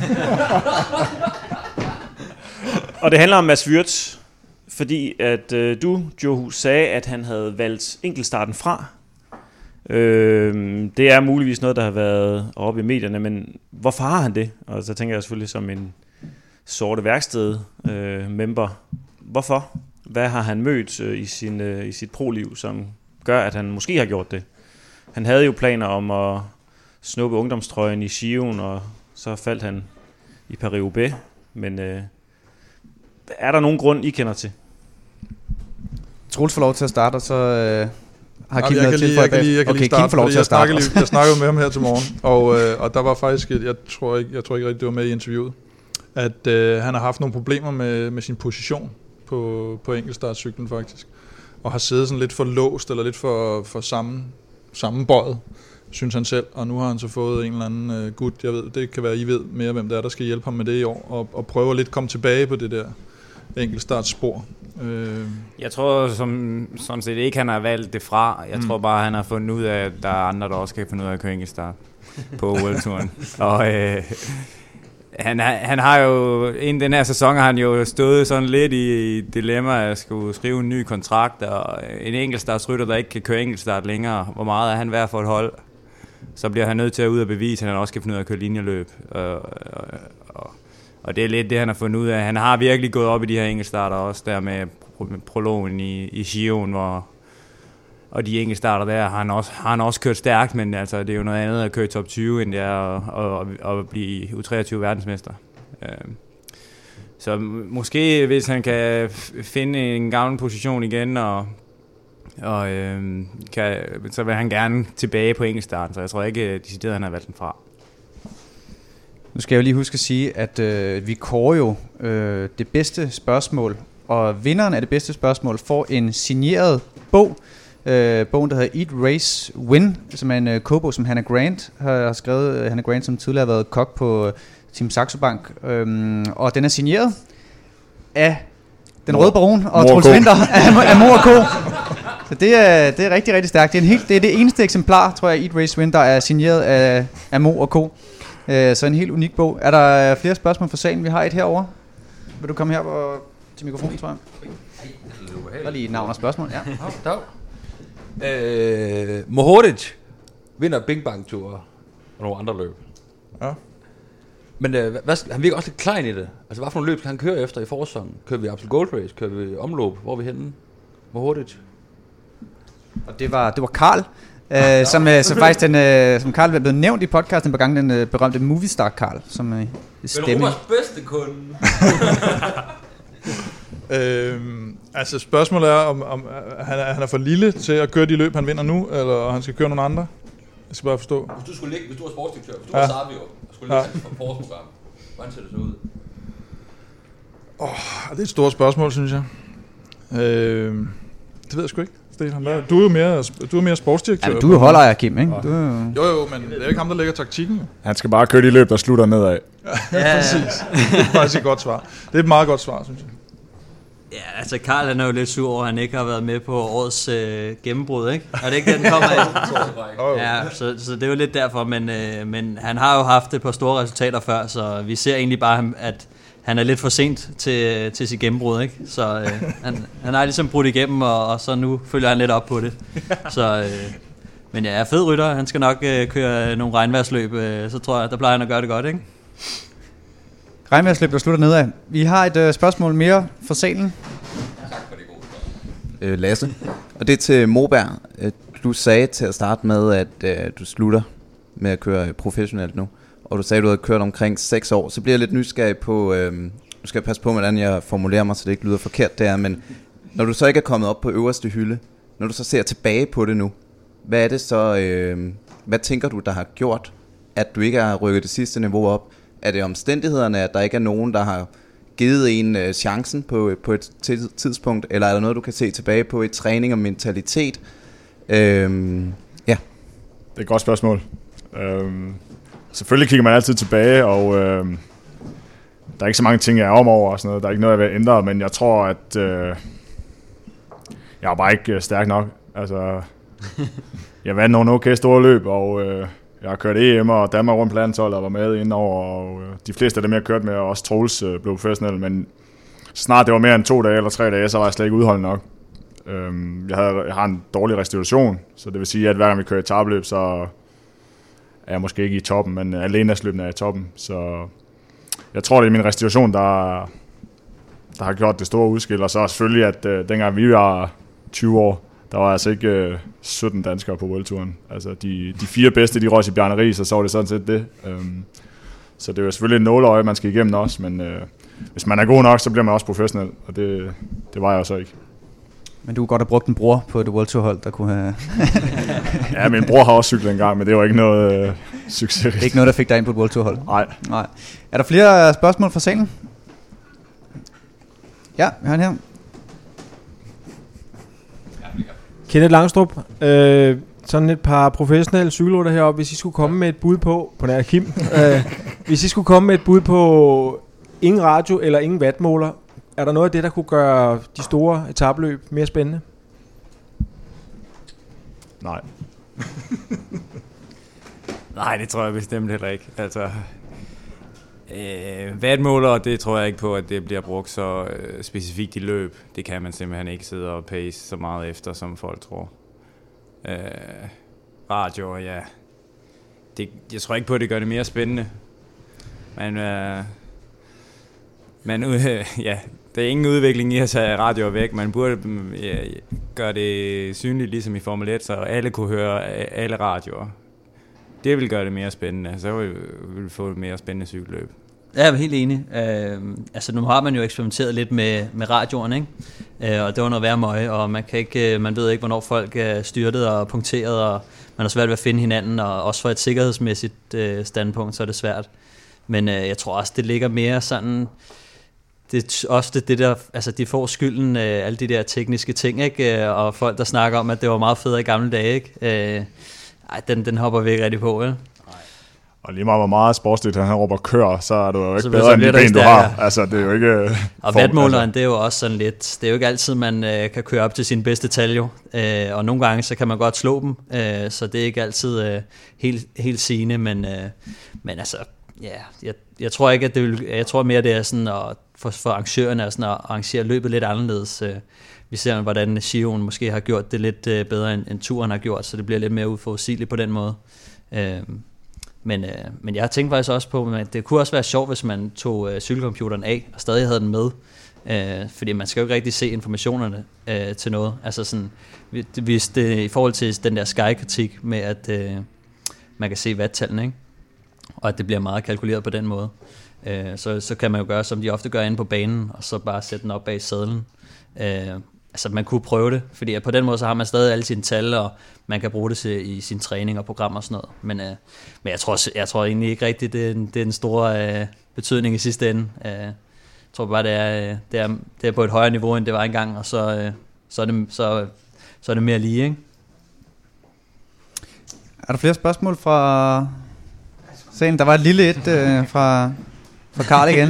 Og det handler om Mads Wirtz, fordi at du, Joe, sagde, at han havde valgt enkeltstarten fra. Det er muligvis noget, der har været oppe i medierne, men hvorfor har han det? Og så tænker jeg selvfølgelig som en sorte værksted member. Hvorfor? Hvad har han mødt i sit pro-liv, som gør, at han måske har gjort det? Han havde jo planer om at snuppe ungdomstrøjen i Skiven, og så faldt han i Paris-Roubaix. Men er der nogen grund, I kender til? Troels får lov til at starte, og så har Kim noget til for at jeg kan lige starte, lov til at starte. Jeg snakkede med ham her til morgen, og der var faktisk, jeg tror ikke rigtig, det var med i interviewet, at han har haft nogle problemer med sin position på enkeltstartcyklen faktisk, og har siddet sådan lidt for låst, eller lidt for sammenbøjet, synes han selv, og nu har han så fået en eller anden gut, jeg ved, det kan være, I ved mere, hvem det er, der skal hjælpe ham med det i år, og prøve lidt at komme tilbage på det der enkeltstartspor. Jeg tror sådan set ikke, han har valgt det fra. Jeg tror bare, han har fundet ud af, at der er andre, der også kan finde ud af at køre enkeltstart på OL-turen. Og han har jo, inden den her sæson har han jo stået sådan lidt i dilemma at skulle skrive en ny kontrakt, og en enkeltstartsrytter, der ikke kan køre enkeltstart længere. Hvor meget er han værd for et hold? Så bliver han nødt til at ud og bevise, at han også kan finde ud af at køre linjeløb. Og det er lidt det, han har fundet ud af. Han har virkelig gået op i de her enkeltstarter også, der med prologen i Skiven, og de enkeltstarter der har han også kørt stærkt, men altså, det er jo noget andet at køre i top 20, end det er at blive U23 verdensmester. Så måske, hvis han kan finde en gammel position igen, så vil han gerne tilbage på enkeltstarten, så jeg tror ikke, decideret han har valgt den fra. Nu skal jeg jo lige huske at sige, at vi kårer jo det bedste spørgsmål, og vinderen af det bedste spørgsmål får en signeret bog. Bogen, der hedder Eat, Race, Win, som er en kogebog, som Hannah Grant har skrevet. Hannah Grant, som tidligere har været kok på Team Saxo Bank. Og den er signeret af den røde baron og Troels Winther af Mor & Co. Så det er rigtig, rigtig stærkt. Det er det eneste eksemplar, tror jeg, Eat, Race, Win, der er signeret af Mor & Co. Så en helt unik bog. Er der flere spørgsmål fra salen? Vi har et herovre. Vil du komme her til mikrofonen, tror jeg? Der er lige et navn og spørgsmål. Ja. Dag. Mohoric vinder Bing Bang Tour og nogle andre løb. Ja. Men han virker også lidt klein i det. Altså, hvad for nogle løb skal han køre efter i forsæsonen? Kører vi Absolut Gold Race? Kører vi omløb? Hvor er vi henne? Mohoric. Og det var Karl, som faktisk som Karl er blevet nævnt i podcasten på gang, den berømte Movistar Karl, som stemme. Men Romas bedste kunde. Altså spørgsmålet er, om han er for lille til at køre de løb, han vinder nu, eller han skal køre nogle andre. Jeg skal bare forstå. Hvis du var sportsdirektør, hvis du var Savio, og skulle lægge for forårsprogram, hvordan ser det så ud? Det er et stort spørgsmål, synes jeg. Det ved jeg sgu ikke. Du er jo mere sportsdirektør. Ja, du er holdejer, Kim, ikke? Jo, men det er ikke ham, der lægger taktikken. Han skal bare køre de løb, der slutter nedad. Ja, præcis. Det er faktisk et godt svar. Det er et meget godt svar, synes jeg. Ja, altså Karl han er jo lidt sur over, at han ikke har været med på årets gennembrud, ikke? Og det er ikke det, den kommer af. Ja, så det er jo lidt derfor, men han har jo haft et par store resultater før, så vi ser egentlig bare, at han er lidt for sent til sit gennembrud, ikke? Så han har ligesom brudt igennem, og så nu følger han lidt op på det. Så, men ja, fed rytter. Han skal nok køre nogle regnværsløb, så tror jeg, der plejer han at gøre det godt, ikke? Regnværsløb, der slutter nedad. Vi har et spørgsmål mere fra salen. Tak for det gode Lasse. Og det er til Moberg. Du sagde til at starte med, at du slutter med at køre professionelt nu. Og du sagde, at du havde kørt omkring 6 år. Så bliver jeg lidt nysgerrig på, nu skal jeg passe på, hvordan jeg formulerer mig, så det ikke lyder forkert der. Men når du så ikke er kommet op på øverste hylde, når du så ser tilbage på det nu, hvad er det så, hvad tænker du, der har gjort, at du ikke har rykket det sidste niveau op? Er det omstændighederne, at der ikke er nogen, der har givet en chancen på et tidspunkt, eller er der noget, du kan se tilbage på i træning og mentalitet? Ja. Det er et godt spørgsmål. Selvfølgelig kigger man altid tilbage, og der er ikke så mange ting, jeg er om over og sådan noget. Der er ikke noget, jeg vil ændre, men jeg tror, at jeg er bare ikke stærk nok. Altså, jeg vandt nogle okay store løb, og jeg har kørt EM og Danmark rundt på landsholdet og var med indover, og de fleste af dem, jeg har kørt med, og også Troels blev professionel, men snart det var mere end 2 dage eller 3 dage, så var jeg slet ikke udholdt nok. Jeg har en dårlig restitution, så det vil sige, at hver gang vi kører etapløb, så er jeg måske ikke i toppen, men alene løbende er i toppen. Så jeg tror, det er min restitution, der har gjort det store udskil, og så selvfølgelig, at dengang vi var 20 år, der var altså ikke 17 danskere på Worldtouren. Altså de 4 bedste, de røg til Bjarne Riis, og så var det sådan set det. Så det er jo selvfølgelig et nåleøje, man skal igennem også, men hvis man er god nok, så bliver man også professionel, og det var jeg så ikke. Men du kunne godt have brugt en bror på et World Tour hold, der kunne have... Ja, min bror har også cyklet en gang, men det var ikke noget succes. Det er ikke noget, der fik dig ind på et World Tour hold? Nej. Er der flere spørgsmål fra salen? Ja, vi har en her. Kenneth Langstrup, sådan et par professionelle cykelrytter heroppe, hvis I skulle komme med et bud på nær Kim, hvis I skulle komme med et bud på ingen radio eller ingen wattmåler, er der noget af det, der kunne gøre de store etapløb mere spændende? Nej. Nej, det tror jeg bestemt heller ikke. Altså, wattmåler, det tror jeg ikke på, at det bliver brugt så specifikt i løb. Det kan man simpelthen ikke sidde og pace så meget efter, som folk tror. Radio, ja. Jeg tror ikke på, at det gør det mere spændende. Men ja, der er ingen udvikling i at tage radioer væk. Man burde gøre det synligt, ligesom i Formel 1, så alle kunne høre alle radioer. Det vil gøre det mere spændende. Så vil vi få et mere spændende cykelløb. Ja, jeg er helt enig. Altså nu har man jo eksperimenteret lidt med radioen, ikke? Og det var noget værre møg, og man ved ikke, hvornår folk er styrtet og punkteret, og man har svært ved at finde hinanden, og også fra et sikkerhedsmæssigt standpunkt, så er det svært. Men jeg tror også, det ligger mere sådan... Det er ofte det der, altså de får skylden, alle de der tekniske ting, ikke? Og folk, der snakker om, at det var meget federe i gamle dage, ikke? Den hopper vi ikke rigtig på, vel? Og lige meget hvor meget sportsligt han råber kør, så er du jo ikke bedre end de ben, du har. Altså, det er jo ikke... Og wattmåleren, det er jo også sådan lidt... Det er jo ikke altid, man kan køre op til sin bedste tal, jo. Og nogle gange, så kan man godt slå dem. Så det er ikke altid helt sigende, men altså... Ja, jeg tror ikke, at det vil... Jeg tror mere, det er sådan at for arrangørerne er sådan at arrangere løbet lidt anderledes. Vi ser, hvordan Giroen måske har gjort det lidt bedre, end turen har gjort, så det bliver lidt mere uforudsigeligt på den måde. Men jeg tænkte faktisk også på, at det kunne også være sjovt, hvis man tog cykelcomputeren af og stadig havde den med. Fordi man skal jo ikke rigtig se informationerne til noget. Altså sådan, hvis det i forhold til den der Sky-kritik med, at man kan se watt-tallene, ikke? Og at det bliver meget kalkuleret på den måde. Så kan man jo gøre, som de ofte gør inde på banen, og så bare sætte den op bag sadlen. Altså man kunne prøve det, fordi på den måde så har man stadig alle sine tal, og man kan bruge det i sin træning og programmer og sådan noget. Men jeg tror egentlig ikke rigtigt, det er den store betydning i sidste ende. Jeg tror bare, det er på et højere niveau, end det var engang, og så er det mere lige, ikke? Er der flere spørgsmål fra salen? Der var et lille fra Karl igen.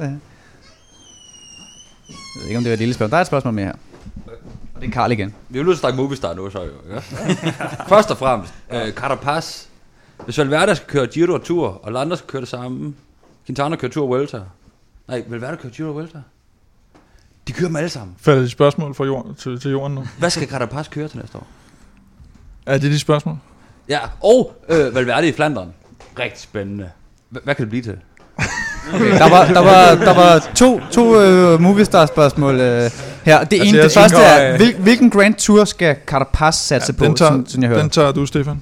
Jeg ved ikke, om det var et lille spørgsmål. Der er et spørgsmål mere her. Og det er Karl igen. Vi er jo nødt til at snakke Movistar nu, så jo. Ja? Først og fremmest, Carapaz. Hvis Valverde skal køre Giro Tour, og Landa skal køre det samme, Quintana kører Tour Vuelta. Nej, Valverde kører Giro Vuelta. De kører dem alle sammen. Falder de spørgsmål fra jorden, til jorden nu? Hvad skal Carapaz køre til næste år? Er det de spørgsmål? Ja, og Valverde i Flandern. Rigtig spændende. Hvad kan det blive til? Okay, der var to Movistar-spørgsmål her. Det første er, hvilken Grand Tour skal Carapaz satse på, sådan jeg hører? Den tager du, Stefan.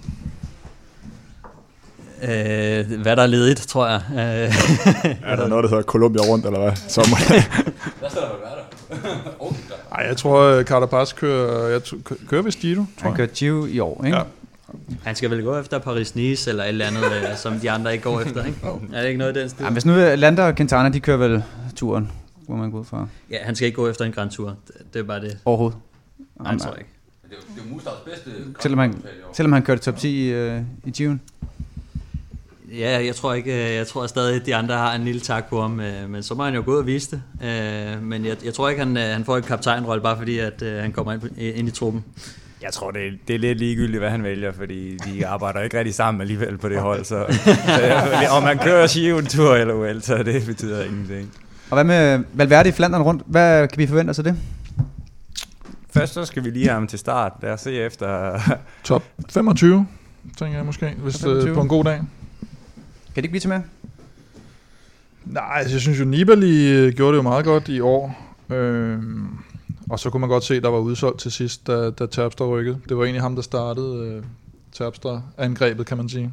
Hvad der er ledigt, tror jeg. Er der noget, der hedder Colombia rundt, eller hvad? Hvad skal der være der? Nej, jeg tror, Carapaz kører vist Giro. Han kører Giro i år, ikke? Ja. Han skal vel gå efter Paris-Nice eller et eller andet, som de andre ikke går efter, ikke? Er det ikke noget i den stil? Ja, hvis nu Landa og Quintana, de kører vel turen, hvor man går ud fra. Ja, han skal ikke gå efter en Grand Tour. Det er bare det. Overhovedet? Nej, jeg tror ikke. Det er jo Mustars bedste. Selvom han kørte top 10 i Giroen? Ja, jeg tror stadig, at de andre har en lille tak på ham, men så må han jo gå ud og vise det. Men jeg tror ikke, han får et kaptajnrolle, bare fordi at han kommer ind i truppen. Jeg tror, det er lidt ligegyldigt, hvad han vælger, fordi de arbejder ikke rigtig sammen alligevel på det hold. Så om man kører Giro-tur eller Vuelta, det betyder ingenting. Og hvad med Valverde i Flandern rundt? Hvad kan vi forvente os af det? Først så skal vi lige have ham til start. Lad os se efter... Top 25, tænker jeg måske, hvis på en god dag. Kan det ikke blive til mere? Nej, jeg synes jo, Nibali gjorde det jo meget godt i år. Og så kunne man godt se, at der var udsolgt til sidst, da Terpstra rykkede. Det var egentlig ham, der startede Terpstra-angrebet, kan man sige.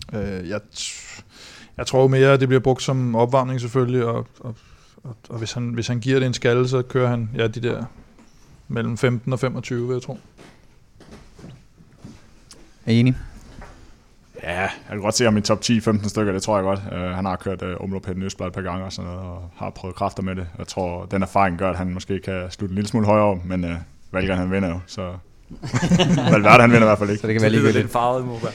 Jeg tror mere, at det bliver brugt som opvarmning selvfølgelig, og hvis han giver det en skalle, så kører han de der mellem 15 og 25, vil jeg tro. Er I enig? Ja, jeg kan godt se ham i top 10-15 stykker, det tror jeg godt. Han har kørt Omloop et Nøsblad et par gange og sådan noget, og har prøvet kræfter med det. Jeg tror, den erfaring gør, at han måske kan slutte en lille smule højere, men Valgren han vinder jo, så Valverde han vinder i hvert fald ikke. Så det kan være ligegyldigt. Lidt farvet, Moba.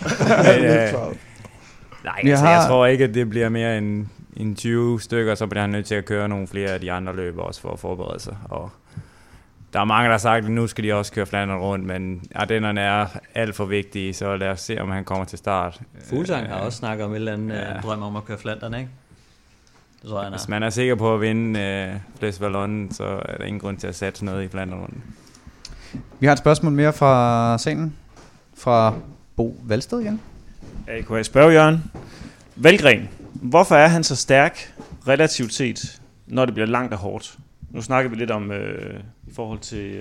Nej, altså, jeg tror ikke, at det bliver mere end 20 stykker, så bliver han nødt til at køre nogle flere af de andre løb også for at forberede sig. Og der er mange, der har sagt, at nu skal de også køre Flandern rundt, men Ardennerne er alt for vigtige, så lad os se, om han kommer til start. Fuglsang har også snakket om et eller andet drøm om at køre Flandern, ikke? Det tror jeg, hvis man er sikker på at vinde Fles Wallonne, så er der ingen grund til at satse noget i Flandern rundt. Vi har et spørgsmål mere fra scenen, fra Bo Valsted igen. Ja, kunne jeg spørge Jørgen? Valgren, hvorfor er han så stærk relativt set, når det bliver langt og hårdt? Nu snakker vi lidt om i forhold til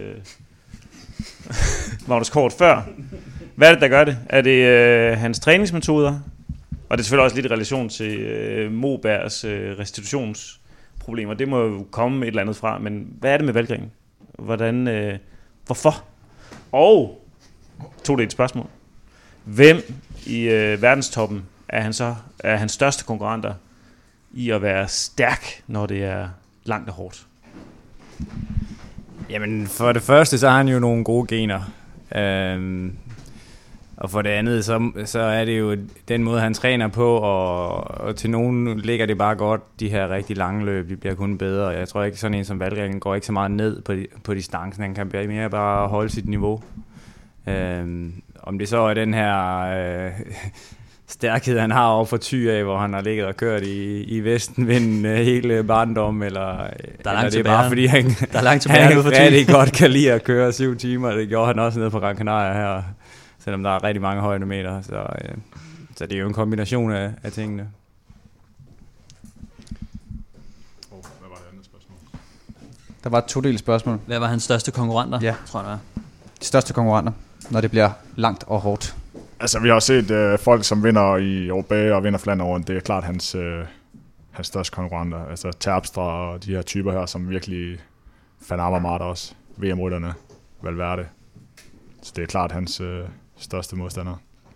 Magnus Kort før. Hvad er det, der gør det? Er det hans træningsmetoder? Og det er selvfølgelig også lidt i relation til Mobergs restitutionsproblemer. Det må jo komme et eller andet fra. Men hvad er det med Valgren? Hvorfor? Og tog det et spørgsmål. Hvem i verdenstoppen er hans største konkurrenter i at være stærk, når det er langt og hårdt? Jamen, for det første, så har han jo nogle gode gener. Og for det andet, så er det jo den måde, han træner på, og til nogen ligger det bare godt, de her rigtig lange løb, de bliver kun bedre. Jeg tror ikke, sådan en som Valgren går ikke så meget ned på distancen, han kan mere bare holde sit niveau. Om det så er den her stærkhed, han har over for Thy, hvor han har ligget og kørt i vestenvinden hele barndom, eller det er bare fordi han rigtig godt kan lide at køre 7 timer. Det gjorde han også nede på Gran Canaria her, selvom der er rigtig mange højdemeter. Så det er jo en kombination af tingene. Hvad var det andet spørgsmål? Der var et todelt spørgsmål. Hvad var hans største konkurrenter? Ja, tror jeg. De største konkurrenter, når det bliver langt og hårdt. Altså, vi har set folk, som vinder i Roubaix og vinder Flandern rundt. Det er klart hans største konkurrenter. Altså Terpstra og de her typer her, som virkelig Van Avermaet også. VM-rytterne, Valverde. Så det er klart hans største modstander.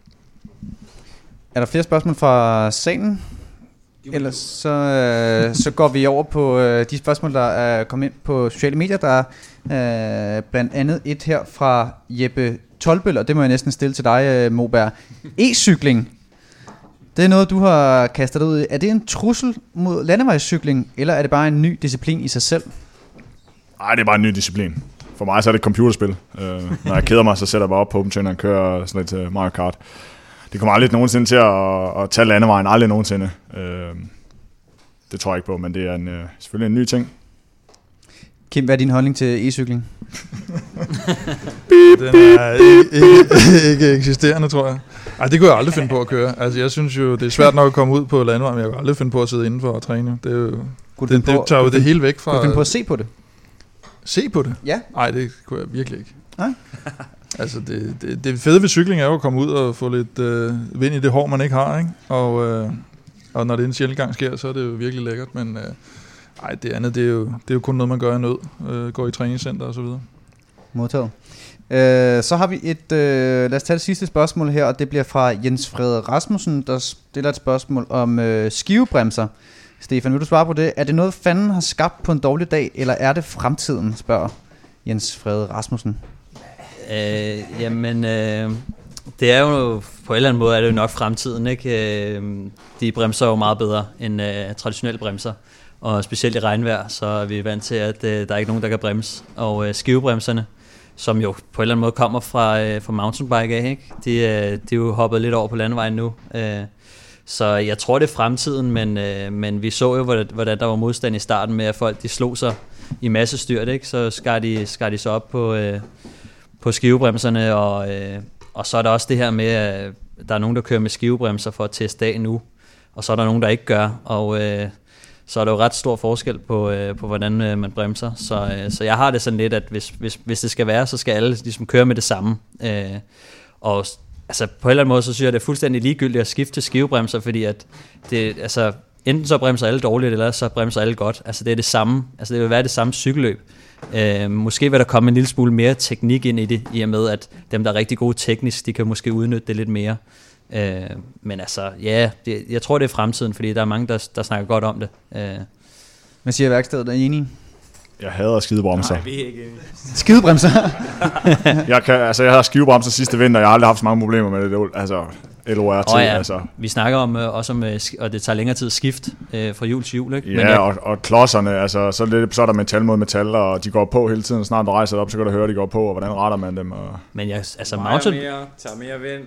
Er der flere spørgsmål fra salen? Ellers så går vi over på de spørgsmål, der er kommet ind på sociale medier. Der er blandt andet et her fra Jeppe Tolbøl, og det må jeg næsten stille til dig, Moberg. E-cykling, det er noget, du har kastet dig ud i. Er det en trussel mod landevejscykling, eller er det bare en ny disciplin i sig selv? Nej, det er bare en ny disciplin. For mig så er det et computerspil. Når jeg keder mig, så sætter jeg bare op på OpenTrainer og kører sådan lidt Mario Kart. Det kommer aldrig nogensinde til at tage landevejen. Aldrig nogensinde. Det tror jeg ikke på, men det er selvfølgelig en ny ting. Kim, hvad er din holdning til e-cykling? Den er ikke eksisterende, tror jeg. Ej, det kunne jeg aldrig finde på at køre. Altså, jeg synes jo, det er svært nok at komme ud på landevejen, men jeg kunne aldrig finde på at sidde indenfor og træne. Det er jo, det tager jo det hele væk fra... Kunne du finde på at se på det? Se på det? Ja. Nej, det kunne jeg virkelig ikke. Nej? Altså, det fede ved cykling er jo at komme ud og få lidt vind i det hår, man ikke har, ikke? Og når det en sjældent gang sker, så er det jo virkelig lækkert, men det andet, det er jo kun noget, man gør i nød. Går i træningscenter og så videre. Modtaget. Så har vi lad os tage det sidste spørgsmål her, og det bliver fra Jens Frede Rasmussen, der stiller et spørgsmål om skivebremser. Stefan, vil du svare på det? Er det noget, fanden har skabt på en dårlig dag, eller er det fremtiden, spørger Jens Frede Rasmussen. Det er jo på en eller anden måde er det jo nok fremtiden, ikke? De bremser jo meget bedre end traditionelle bremser, og specielt i regnvejr, så er vi vant til, at der er ikke nogen, der kan bremse. Og skivebremserne, som jo på en eller anden måde kommer fra mountainbike af, ikke? De er jo hoppet lidt over på landevejen nu. Så jeg tror, det er fremtiden, men vi så jo, hvordan der var modstand i starten med, at folk de slog sig i massestyrt, ikke? Så skar de så op på skivebremserne, og så er der også det her med, at der er nogen, der kører med skivebremser for at teste af nu, og så er der nogen, der ikke gør, og så er der jo ret stor forskel på hvordan man bremser, så jeg har det sådan lidt, at hvis det skal være, så skal alle ligesom køre med det samme, og altså på en eller anden måde, så synes jeg, det er fuldstændig ligegyldigt at skifte til skivebremser, fordi at det, altså enten så bremser alle dårligt, eller så bremser alle godt. Altså det er det samme, altså det vil være det samme cykelløb. Måske vil der komme en lille smule mere teknik ind i det, i og med at dem, der er rigtig gode teknisk, de kan måske udnytte det lidt mere. Men altså, ja, jeg tror, det er fremtiden, fordi der er mange, der snakker godt om det. Hvad siger værkstedet? Er I enige? Jeg hader skidebremser. Nej, vi er ikke enige. Skidebremser? jeg havde skidebremser sidste vinter, jeg har aldrig haft så mange problemer med det. Altså, LORT. Altså. Vi snakker også om, og det tager længere tid at skift fra jul til jul, ikke? Ja, og klodserne, altså, så er der metal mod metal, og de går på hele tiden, og snart du rejser op, så kan du høre, at de går på, og hvordan retter man dem. Og... Men altså tager mere vind,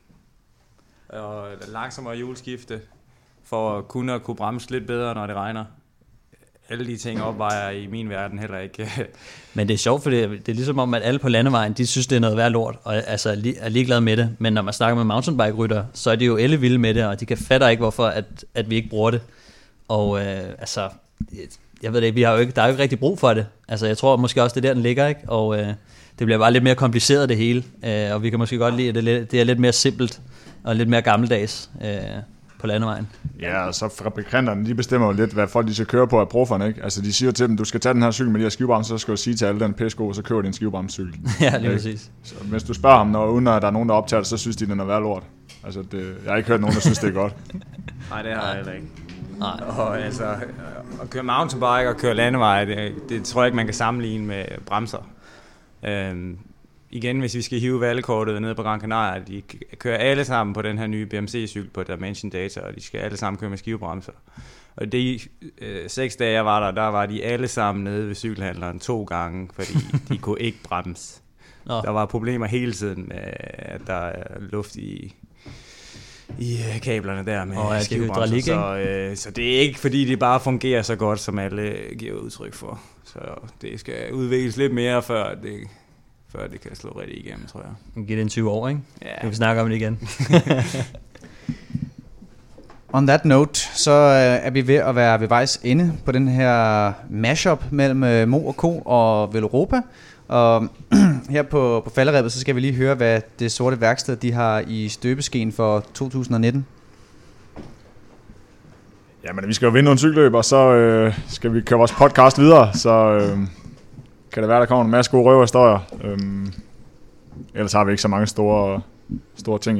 og langsommere hjulskifte, for at kunne bremse lidt bedre, når det regner. Alle de ting opvejer i min verden heller ikke. Men det er sjovt, for det er ligesom om, at alle på landevejen, de synes, det er noget værd lort, og altså er ligeglade med det. Men når man snakker med mountainbike-ryttere, så er de jo ellevilde med det, og de kan fatte ikke, hvorfor at vi ikke bruger det. Og altså, jeg ved det ikke, der er jo ikke rigtig brug for det. Altså, jeg tror måske også, det er der, den ligger, ikke? Og det bliver bare lidt mere kompliceret, det hele. Og vi kan måske godt lide, at det er lidt mere simpelt, og lidt mere gammeldags på landevejen. Ja, og så fabrikanterne, de bestemmer jo lidt, hvad folk de skal køre på af profferne, ikke? Altså, de siger til dem, du skal tage den her cykel med de her skivebremser, så skal du sige til alle, den pæsko, så kører de en skivebremscykel. Ja, lige præcis. Så hvis du spørger ham, uden at der er nogen, der optager det, så synes de, den er værd lort. Altså, jeg har ikke hørt nogen, der synes, det er godt. Nej, det har jeg heller ikke. Nej. Og altså, at køre mountainbike og køre landevej, det tror jeg ikke, man kan sammenligne med bremser. Igen, hvis vi skal hive valgkortet ned på Gran Canaria, de kører alle sammen på den her nye BMC-cykel på Dimension Data, og de skal alle sammen køre med skivebremser. Og de 6 dage, jeg var der var de alle sammen nede ved cykelhandleren 2 gange, fordi de kunne ikke bremse. Der var problemer hele tiden med, at der er luft i kablerne der med skivebremser. Så det er ikke, fordi det bare fungerer så godt, som alle giver udtryk for. Så det skal udvikles lidt mere, før det kan slå rigtig igennem, tror jeg. Giv det en 20 år, ikke? Ja. Vi kan snakke om det igen. On that note, så er vi ved at være ved vejs ende på den her mashup mellem Mo og Co. og Veloropa. Og her på falderebet, så skal vi lige høre, hvad det sorte værksted de har i støbeskeen for 2019. Jamen, vi skal jo vinde nogle cykelløb, og så skal vi køre vores podcast videre, så kan det være, der kommer en masse gode røverhistorier. Ellers har vi ikke så mange store ting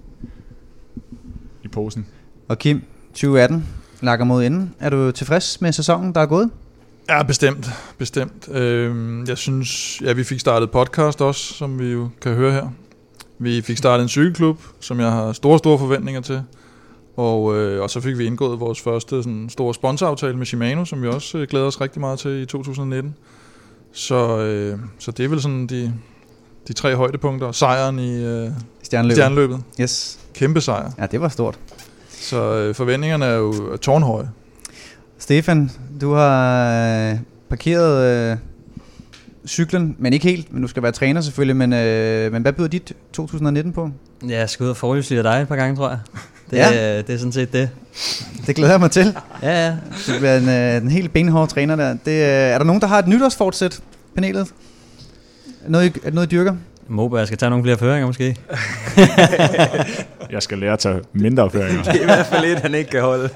i posen. Og Kim, 2018 lakker mod enden. Er du tilfreds med sæsonen, der er gået? Ja, bestemt. Jeg synes, vi fik startet podcast også, som vi jo kan høre her. Vi fik startet en cykelklub, som jeg har store forventninger til. Og så fik vi indgået vores første sådan, store sponsoraftale med Shimano, som vi også glæder os rigtig meget til i 2019. Så det er vel sådan de 3 højdepunkter. Sejren i Stjerneløbet. Yes. Kæmpe sejr. Ja, det var stort. Så forventningerne er jo tårnhøje. Stefan, du har parkeret cyklen, men ikke helt, men du skal være træner selvfølgelig, men hvad byder dit 2019 på? Ja, jeg skal ud og forhjulslige dig et par gange, tror jeg. Det er sådan set det. Det glæder jeg mig til. Ja. Det bliver en helt benhård træner der. Er der nogen, der har et nytårsfortsæt, panelet? Er det noget, I dyrker? Moberg, jeg skal tage nogle flere føringer måske. Jeg skal lære at tage mindre føringer. Det er i hvert fald et, han ikke kan holde.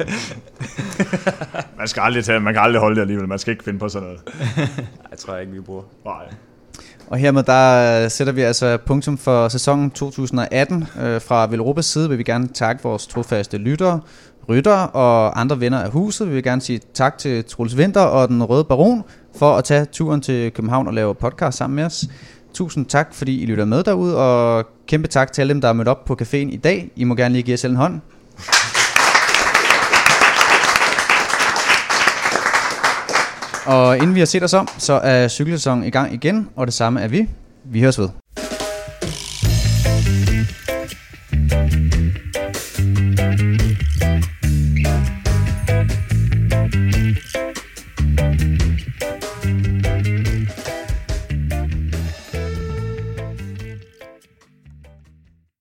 Man kan aldrig holde det alligevel. Man skal ikke finde på sådan noget. Jeg tror ikke, vi bruger. Nej. Og hermed der sætter vi altså punktum for sæsonen 2018. Fra Velropas side vil vi gerne takke vores trofaste lyttere, ryttere og andre venner af huset. Vi vil gerne sige tak til Troels Vinter og Den Røde Baron for at tage turen til København og lave podcast sammen med os. Tusind tak, fordi I lytter med derude, og kæmpe tak til alle dem, der er mødt op på caféen i dag. I må gerne lige give jer selv en hånd. Og inden vi har set os om, så er cykelsæsonen i gang igen, og det samme er vi. Vi høres ved.